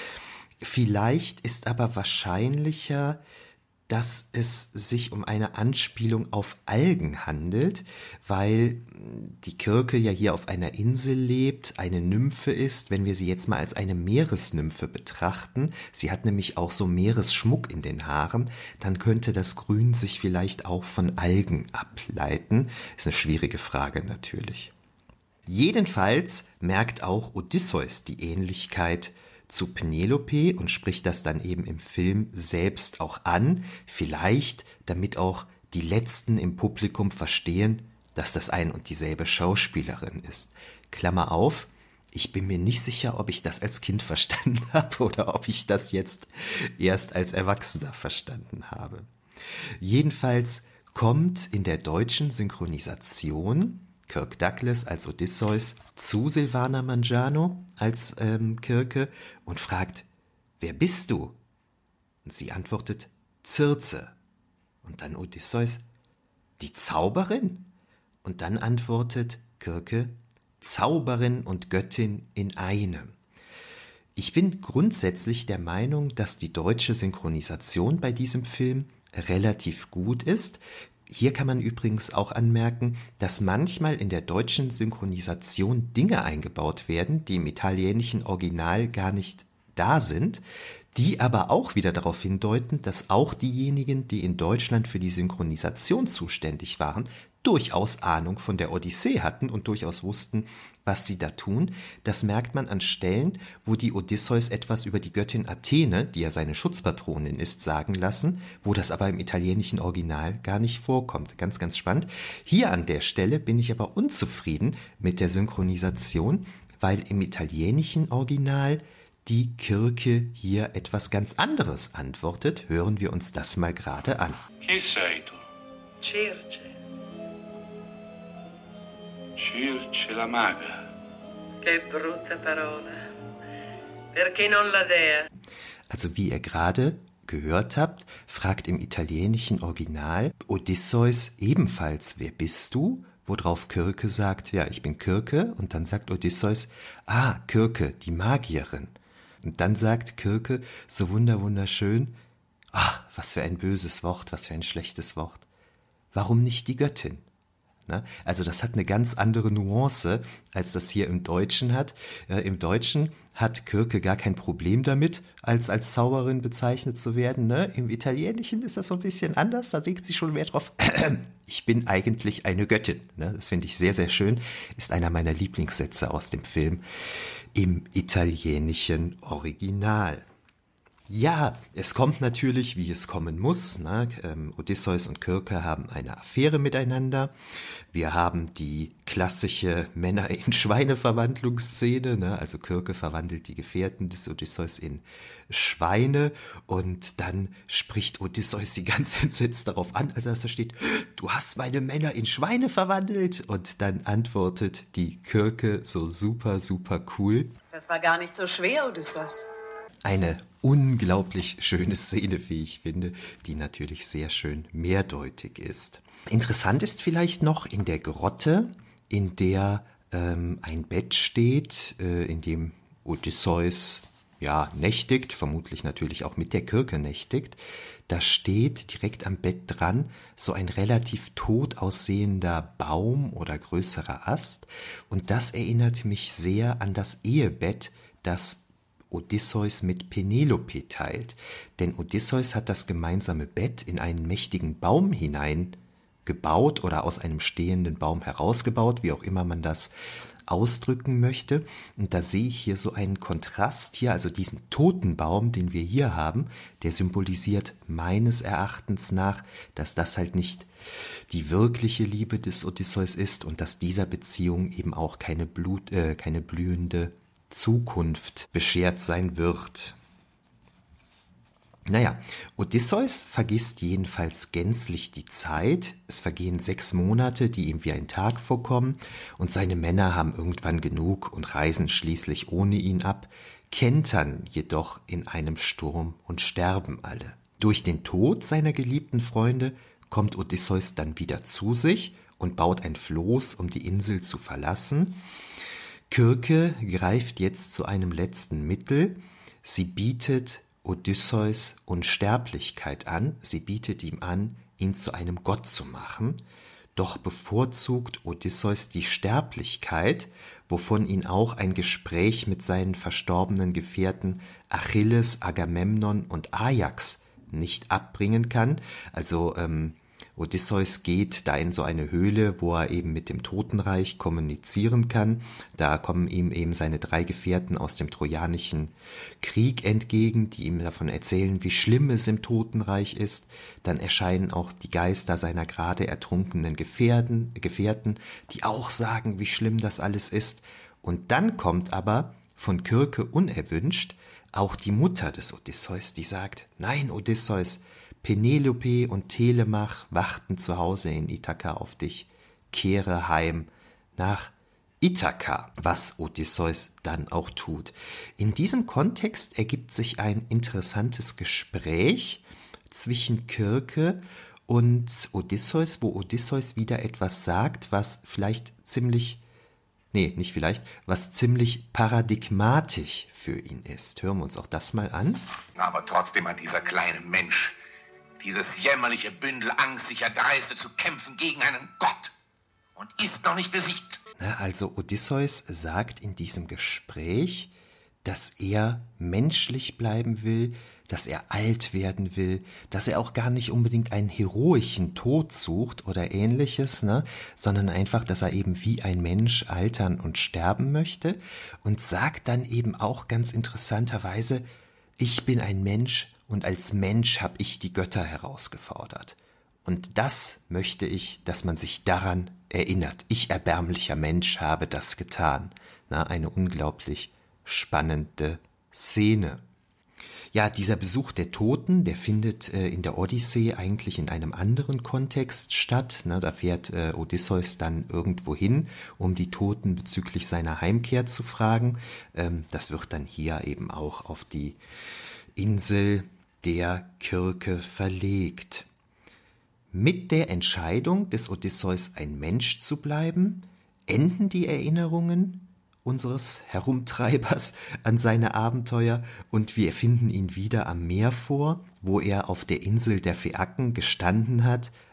Vielleicht ist aber wahrscheinlicher, dass es sich um eine Anspielung auf Algen handelt, weil die Kirke ja hier auf einer Insel lebt, eine Nymphe ist, wenn wir sie jetzt mal als eine Meeresnymphe betrachten, sie hat nämlich auch so Meeresschmuck in den Haaren, dann könnte das Grün sich vielleicht auch von Algen ableiten. Ist eine schwierige Frage natürlich. Jedenfalls merkt auch Odysseus die Ähnlichkeit zu Penelope und spricht das dann eben im Film selbst auch an, vielleicht damit auch die Letzten im Publikum verstehen, dass das ein und dieselbe Schauspielerin ist. Klammer auf, ich bin mir nicht sicher, ob ich das als Kind verstanden habe oder ob ich das jetzt erst als Erwachsener verstanden habe. Jedenfalls kommt in der deutschen Synchronisation Kirk Douglas als Odysseus zu Silvana Mangiano als Kirke und fragt, wer bist du? Und sie antwortet, Circe. Und dann Odysseus, die Zauberin? Und dann antwortet Kirke, Zauberin und Göttin in einem. Ich bin grundsätzlich der Meinung, dass die deutsche Synchronisation bei diesem Film relativ gut ist. Hier kann man übrigens auch anmerken, dass manchmal in der deutschen Synchronisation Dinge eingebaut werden, die im italienischen Original gar nicht da sind, die aber auch wieder darauf hindeuten, dass auch diejenigen, die in Deutschland für die Synchronisation zuständig waren, durchaus Ahnung von der Odyssee hatten und durchaus wussten, was sie da tun. Das merkt man an Stellen, wo die Odysseus etwas über die Göttin Athene, die ja seine Schutzpatronin ist, sagen lassen, wo das aber im italienischen Original gar nicht vorkommt. Ganz, ganz spannend. Hier an der Stelle bin ich aber unzufrieden mit der Synchronisation, weil im italienischen Original die Kirke hier etwas ganz anderes antwortet. Hören wir uns das mal gerade an. Chi sei tu? Circe. Circe la maga. Che brutta parola. Perché non la dea? Also wie ihr gerade gehört habt, fragt im italienischen Original Odysseus ebenfalls, wer bist du? Worauf Kirke sagt, ja, ich bin Kirke. Und dann sagt Odysseus, Kirke, die Magierin. Und dann sagt Kirke, so wunderschön, was für ein böses Wort, was für ein schlechtes Wort. Warum nicht die Göttin? Ne? Also das hat eine ganz andere Nuance, als das hier im Deutschen hat. Im Deutschen hat Kirke gar kein Problem damit, als Zauberin bezeichnet zu werden. Ne? Im Italienischen ist das so ein bisschen anders, da legt sie schon mehr drauf. Ich bin eigentlich eine Göttin. Ne? Das finde ich sehr, sehr schön. Ist einer meiner Lieblingssätze aus dem Film im italienischen Original. Ja, es kommt natürlich, wie es kommen muss. Ne? Odysseus und Kirke haben eine Affäre miteinander. Wir haben die klassische Männer-in-Schweine-Verwandlungsszene. Ne? Also Kirke verwandelt die Gefährten des Odysseus in Schweine und dann spricht Odysseus sie ganz entsetzt darauf an, als er da steht, du hast meine Männer in Schweine verwandelt. Und dann antwortet die Kirke so super, super cool. Das war gar nicht so schwer, Odysseus. Eine unglaublich schöne Szene, wie ich finde, die natürlich sehr schön mehrdeutig ist. Interessant ist vielleicht noch in der Grotte, in der ein Bett steht, in dem Odysseus nächtigt, vermutlich natürlich auch mit der Kirke nächtigt. Da steht direkt am Bett dran so ein relativ tot aussehender Baum oder größerer Ast. Und das erinnert mich sehr an das Ehebett, das Odysseus mit Penelope teilt. Denn Odysseus hat das gemeinsame Bett in einen mächtigen Baum hineingebaut oder aus einem stehenden Baum herausgebaut, wie auch immer man das ausdrücken möchte. Und da sehe ich hier so einen Kontrast hier, also diesen toten Baum, den wir hier haben, der symbolisiert meines Erachtens nach, dass das halt nicht die wirkliche Liebe des Odysseus ist und dass dieser Beziehung eben auch keine blühende Zukunft beschert sein wird. Naja, Odysseus vergisst jedenfalls gänzlich die Zeit. Es vergehen 6 Monate, die ihm wie ein Tag vorkommen, und seine Männer haben irgendwann genug und reisen schließlich ohne ihn ab, kentern jedoch in einem Sturm und sterben alle. Durch den Tod seiner geliebten Freunde kommt Odysseus dann wieder zu sich und baut ein Floß, um die Insel zu verlassen. Kirke greift jetzt zu einem letzten Mittel. Sie bietet Odysseus Unsterblichkeit an. Sie bietet ihm an, ihn zu einem Gott zu machen. Doch bevorzugt Odysseus die Sterblichkeit, wovon ihn auch ein Gespräch mit seinen verstorbenen Gefährten Achilles, Agamemnon und Ajax nicht abbringen kann. Also Odysseus geht da in so eine Höhle, wo er eben mit dem Totenreich kommunizieren kann. Da kommen ihm eben seine 3 Gefährten aus dem Trojanischen Krieg entgegen, die ihm davon erzählen, wie schlimm es im Totenreich ist. Dann erscheinen auch die Geister seiner gerade ertrunkenen Gefährten, die auch sagen, wie schlimm das alles ist. Und dann kommt aber von Kirke unerwünscht auch die Mutter des Odysseus, die sagt, nein, Odysseus, Penelope und Telemach warten zu Hause in Ithaka auf dich. Kehre heim nach Ithaka, was Odysseus dann auch tut. In diesem Kontext ergibt sich ein interessantes Gespräch zwischen Kirke und Odysseus, wo Odysseus wieder etwas sagt, was ziemlich paradigmatisch für ihn ist. Hören wir uns auch das mal an. Aber trotzdem hat dieser kleine Mensch, dieses jämmerliche Bündel Angst, sich erdreistet zu kämpfen gegen einen Gott und ist noch nicht besiegt. Also Odysseus sagt in diesem Gespräch, dass er menschlich bleiben will, dass er alt werden will, dass er auch gar nicht unbedingt einen heroischen Tod sucht oder ähnliches, sondern einfach, dass er eben wie ein Mensch altern und sterben möchte, und sagt dann eben auch ganz interessanterweise, ich bin ein Mensch und als Mensch habe ich die Götter herausgefordert. Und das möchte ich, dass man sich daran erinnert. Ich, erbärmlicher Mensch, habe das getan. Eine unglaublich spannende Szene. Ja, dieser Besuch der Toten, der findet in der Odyssee eigentlich in einem anderen Kontext statt. Da fährt Odysseus dann irgendwo hin, um die Toten bezüglich seiner Heimkehr zu fragen. Das wird dann hier eben auch auf die Insel der Kirke verlegt. Mit der Entscheidung des Odysseus, ein Mensch zu bleiben, enden die Erinnerungen unseres Herumtreibers an seine Abenteuer und wir finden ihn wieder am Meer vor, wo er auf der Insel der Phäaken gestanden hat,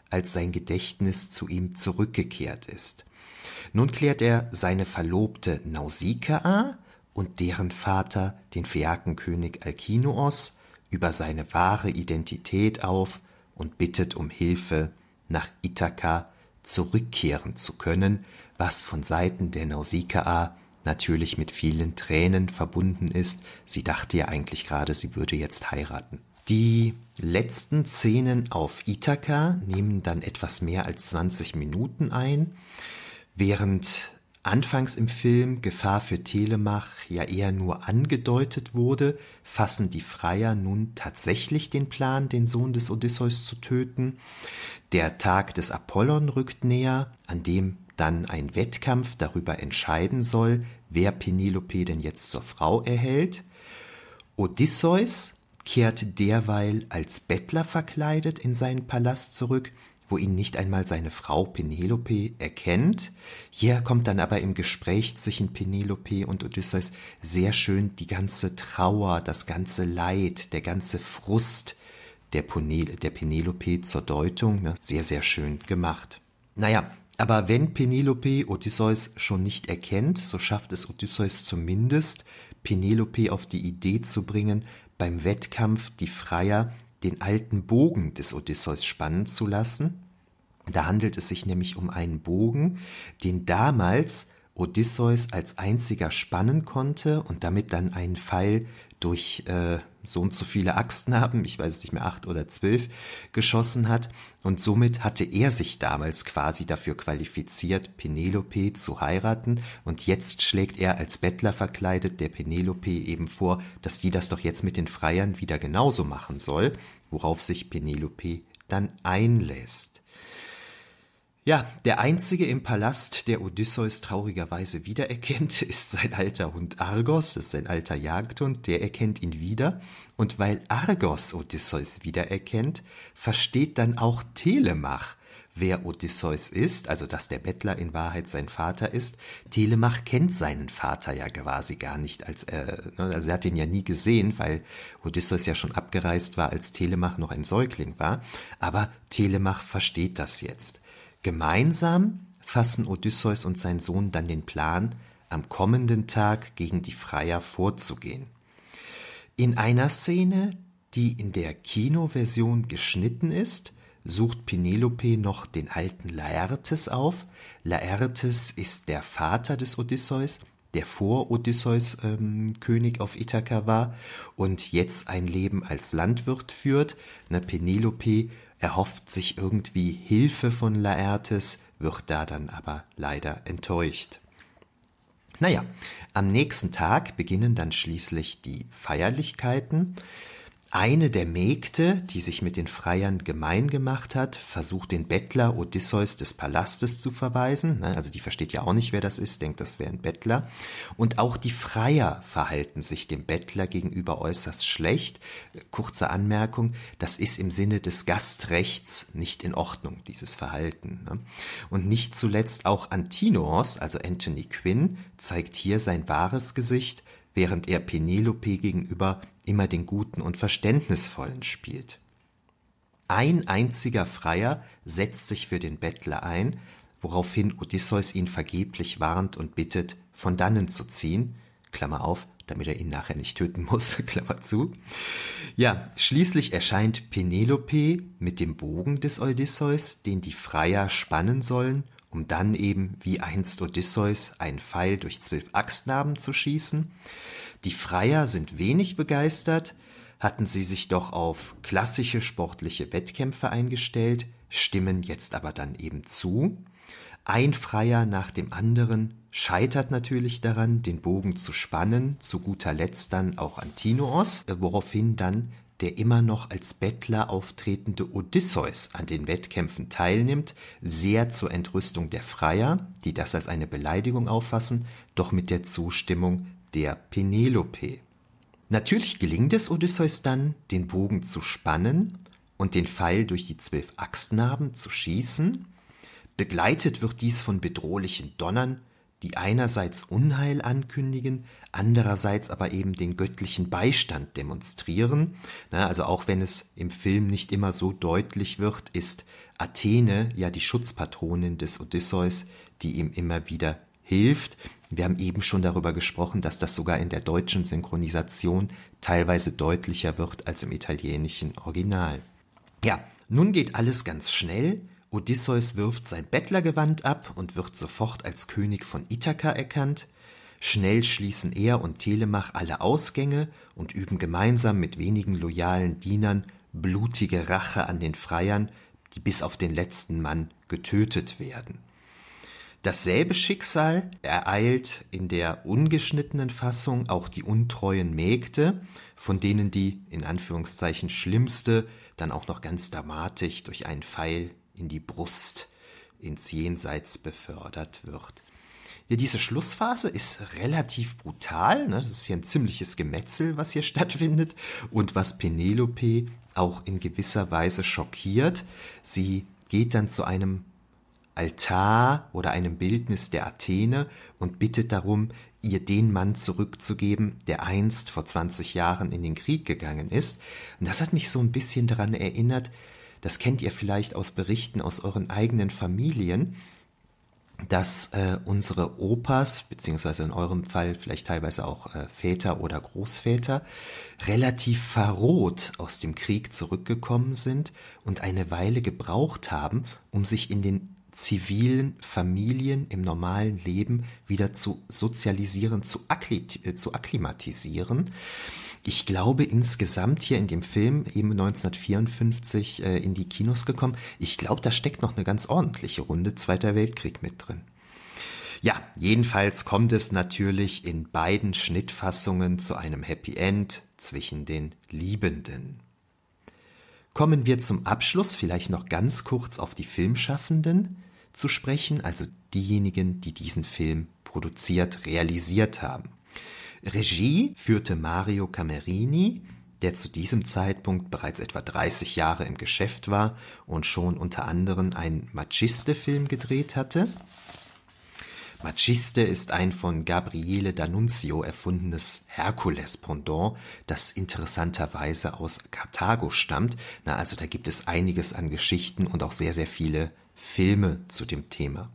als sein Gedächtnis zu ihm zurückgekehrt ist. Nun klärt er seine Verlobte Nausikaa und deren Vater, den Phäakenkönig Alkinoos, über seine wahre Identität auf und bittet um Hilfe, nach Ithaka zurückkehren zu können, was von Seiten der Nausikaa natürlich mit vielen Tränen verbunden ist. Sie dachte ja eigentlich gerade, sie würde jetzt heiraten. Die letzten Szenen auf Ithaka nehmen dann etwas mehr als 20 Minuten ein, während anfangs im Film Gefahr für Telemach ja eher nur angedeutet wurde, fassen die Freier nun tatsächlich den Plan, den Sohn des Odysseus zu töten. Der Tag des Apollon rückt näher, an dem dann ein Wettkampf darüber entscheiden soll, wer Penelope denn jetzt zur Frau erhält. Odysseus kehrt derweil als Bettler verkleidet in seinen Palast zurück, wo ihn nicht einmal seine Frau Penelope erkennt. Hier kommt dann aber im Gespräch zwischen Penelope und Odysseus sehr schön die ganze Trauer, das ganze Leid, der ganze Frust der Penelope zur Deutung. Sehr, sehr schön gemacht. Naja, aber wenn Penelope Odysseus schon nicht erkennt, so schafft es Odysseus zumindest, Penelope auf die Idee zu bringen, beim Wettkampf die Freier den alten Bogen des Odysseus spannen zu lassen. Da handelt es sich nämlich um einen Bogen, den damals Odysseus als einziger spannen konnte und damit dann einen Pfeil durch so und so viele Axtnarben, ich weiß nicht mehr, 8 oder 12, geschossen hat. Und somit hatte er sich damals quasi dafür qualifiziert, Penelope zu heiraten. Und jetzt schlägt er als Bettler verkleidet der Penelope eben vor, dass die das doch jetzt mit den Freiern wieder genauso machen soll, worauf sich Penelope dann einlässt. Ja, der Einzige im Palast, der Odysseus traurigerweise wiedererkennt, ist sein alter Hund Argos, das ist sein alter Jagdhund, der erkennt ihn wieder. Und weil Argos Odysseus wiedererkennt, versteht dann auch Telemach, wer Odysseus ist, also dass der Bettler in Wahrheit sein Vater ist. Telemach kennt seinen Vater ja quasi gar nicht, also er hat ihn ja nie gesehen, weil Odysseus ja schon abgereist war, als Telemach noch ein Säugling war. Aber Telemach versteht das jetzt. Gemeinsam fassen Odysseus und sein Sohn dann den Plan, am kommenden Tag gegen die Freier vorzugehen. In einer Szene, die in der Kinoversion geschnitten ist, sucht Penelope noch den alten Laertes auf. Laertes ist der Vater des Odysseus, der vor Odysseus König auf Ithaka war und jetzt ein Leben als Landwirt führt. Penelope erhofft sich irgendwie Hilfe von Laertes, wird da dann aber leider enttäuscht. Naja, am nächsten Tag beginnen dann schließlich die Feierlichkeiten. Eine der Mägde, die sich mit den Freiern gemein gemacht hat, versucht den Bettler Odysseus des Palastes zu verweisen. Also die versteht ja auch nicht, wer das ist, denkt, das wäre ein Bettler. Und auch die Freier verhalten sich dem Bettler gegenüber äußerst schlecht. Kurze Anmerkung, das ist im Sinne des Gastrechts nicht in Ordnung, dieses Verhalten. Und nicht zuletzt auch Antinoos, also Anthony Quinn, zeigt hier sein wahres Gesicht, während er Penelope gegenüber immer den Guten und Verständnisvollen spielt. Ein einziger Freier setzt sich für den Bettler ein, woraufhin Odysseus ihn vergeblich warnt und bittet, von dannen zu ziehen, Klammer auf, damit er ihn nachher nicht töten muss, Klammer zu. Ja, schließlich erscheint Penelope mit dem Bogen des Odysseus, den die Freier spannen sollen, um dann eben wie einst Odysseus einen Pfeil durch 12 Axtnarben zu schießen. Die Freier sind wenig begeistert, hatten sie sich doch auf klassische sportliche Wettkämpfe eingestellt, stimmen jetzt aber dann eben zu. Ein Freier nach dem anderen scheitert natürlich daran, den Bogen zu spannen, zu guter Letzt dann auch Antinoos, woraufhin dann der immer noch als Bettler auftretende Odysseus an den Wettkämpfen teilnimmt, sehr zur Entrüstung der Freier, die das als eine Beleidigung auffassen, doch mit der Zustimmung der Penelope. Natürlich gelingt es Odysseus dann, den Bogen zu spannen und den Pfeil durch die 12 Axtnarben zu schießen. Begleitet wird dies von bedrohlichen Donnern, die einerseits Unheil ankündigen, andererseits aber eben den göttlichen Beistand demonstrieren. Also auch wenn es im Film nicht immer so deutlich wird, ist Athene ja die Schutzpatronin des Odysseus, die ihm immer wieder hilft. Wir haben eben schon darüber gesprochen, dass das sogar in der deutschen Synchronisation teilweise deutlicher wird als im italienischen Original. Ja, nun geht alles ganz schnell. Odysseus wirft sein Bettlergewand ab und wird sofort als König von Ithaka erkannt. Schnell schließen er und Telemach alle Ausgänge und üben gemeinsam mit wenigen loyalen Dienern blutige Rache an den Freiern, die bis auf den letzten Mann getötet werden. Dasselbe Schicksal ereilt in der ungeschnittenen Fassung auch die untreuen Mägde, von denen die in Anführungszeichen schlimmste dann auch noch ganz dramatisch durch einen Pfeil in die Brust ins Jenseits befördert wird. Ja, diese Schlussphase ist relativ brutal, ne? Das ist hier ein ziemliches Gemetzel, was hier stattfindet und was Penelope auch in gewisser Weise schockiert. Sie geht dann zu einem Altar oder einem Bildnis der Athene und bittet darum, ihr den Mann zurückzugeben, der einst vor 20 Jahren in den Krieg gegangen ist. Und das hat mich so ein bisschen daran erinnert, das kennt ihr vielleicht aus Berichten aus euren eigenen Familien, dass unsere Opas, beziehungsweise in eurem Fall vielleicht teilweise auch Väter oder Großväter, relativ verroht aus dem Krieg zurückgekommen sind und eine Weile gebraucht haben, um sich in den zivilen Familien im normalen Leben wieder zu sozialisieren, zu akklimatisieren. Ich glaube, insgesamt hier in dem Film, eben 1954 in die Kinos gekommen, ich glaube, da steckt noch eine ganz ordentliche Runde Zweiter Weltkrieg mit drin. Ja, jedenfalls kommt es natürlich in beiden Schnittfassungen zu einem Happy End zwischen den Liebenden. Kommen wir zum Abschluss vielleicht noch ganz kurz auf die Filmschaffenden zu sprechen, also diejenigen, die diesen Film produziert, realisiert haben. Regie führte Mario Camerini, der zu diesem Zeitpunkt bereits etwa 30 Jahre im Geschäft war und schon unter anderem einen Maciste-Film gedreht hatte. Maciste ist ein von Gabriele D'Annunzio erfundenes Herkules-Pendant, das interessanterweise aus Karthago stammt. Also da gibt es einiges an Geschichten und auch sehr, sehr viele Filme zu dem Thema.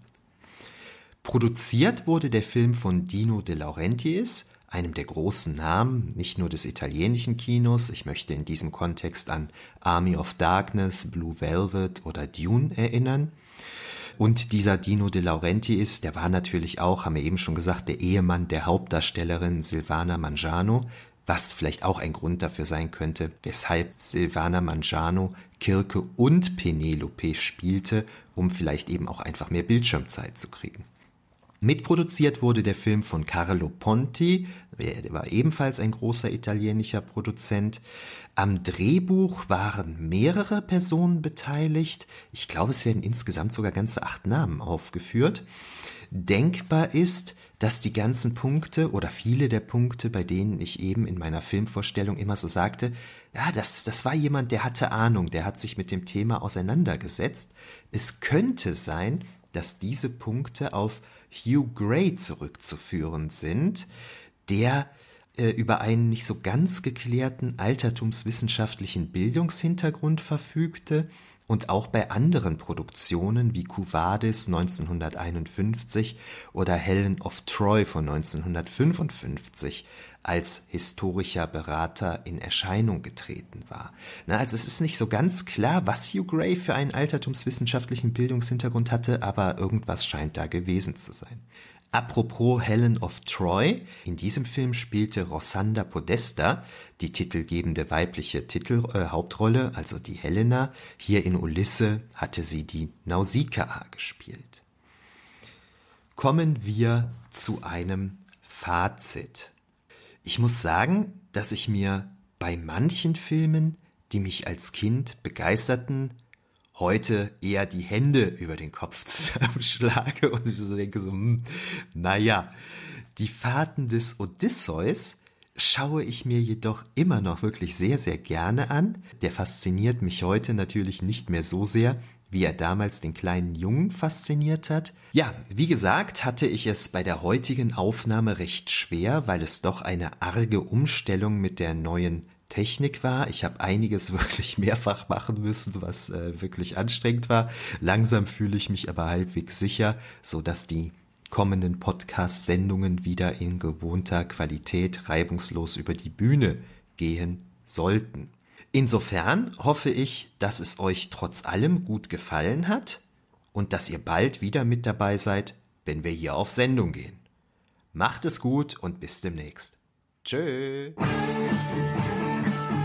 Produziert wurde der Film von Dino De Laurentiis, einem der großen Namen, nicht nur des italienischen Kinos. Ich möchte in diesem Kontext an Army of Darkness, Blue Velvet oder Dune erinnern. Und dieser Dino De Laurentiis, der war natürlich auch, haben wir eben schon gesagt, der Ehemann der Hauptdarstellerin Silvana Mangiano, was vielleicht auch ein Grund dafür sein könnte, weshalb Silvana Mangiano Kirke und Penelope spielte, um vielleicht eben auch einfach mehr Bildschirmzeit zu kriegen. Mitproduziert wurde der Film von Carlo Ponti, der war ebenfalls ein großer italienischer Produzent. Am Drehbuch waren mehrere Personen beteiligt. Ich glaube, es werden insgesamt sogar ganze 8 Namen aufgeführt. Denkbar ist, dass die ganzen Punkte oder viele der Punkte, bei denen ich eben in meiner Filmvorstellung immer so sagte, ja, das war jemand, der hatte Ahnung, der hat sich mit dem Thema auseinandergesetzt. Es könnte sein, dass diese Punkte auf Hugh Gray zurückzuführen sind, der über einen nicht so ganz geklärten altertumswissenschaftlichen Bildungshintergrund verfügte und auch bei anderen Produktionen wie Quo Vadis 1951 oder Helen of Troy von 1955 als historischer Berater in Erscheinung getreten war. Also es ist nicht so ganz klar, was Hugh Gray für einen altertumswissenschaftlichen Bildungshintergrund hatte, aber irgendwas scheint da gewesen zu sein. Apropos Helen of Troy, in diesem Film spielte Rossanda Podesta die titelgebende weibliche Hauptrolle, also die Helena. Hier in Ulisse hatte sie die Nausikaa gespielt. Kommen wir zu einem Fazit. Ich muss sagen, dass ich mir bei manchen Filmen, die mich als Kind begeisterten, heute eher die Hände über den Kopf zusammenschlage und ich so denke naja, die Fahrten des Odysseus schaue ich mir jedoch immer noch wirklich sehr, sehr gerne an. Der fasziniert mich heute natürlich nicht mehr so sehr, wie er damals den kleinen Jungen fasziniert hat. Ja, wie gesagt, hatte ich es bei der heutigen Aufnahme recht schwer, weil es doch eine arge Umstellung mit der neuen Technik war. Ich habe einiges wirklich mehrfach machen müssen, was wirklich anstrengend war. Langsam fühle ich mich aber halbwegs sicher, sodass die kommenden Podcast-Sendungen wieder in gewohnter Qualität reibungslos über die Bühne gehen sollten. Insofern hoffe ich, dass es euch trotz allem gut gefallen hat und dass ihr bald wieder mit dabei seid, wenn wir hier auf Sendung gehen. Macht es gut und bis demnächst. Tschö.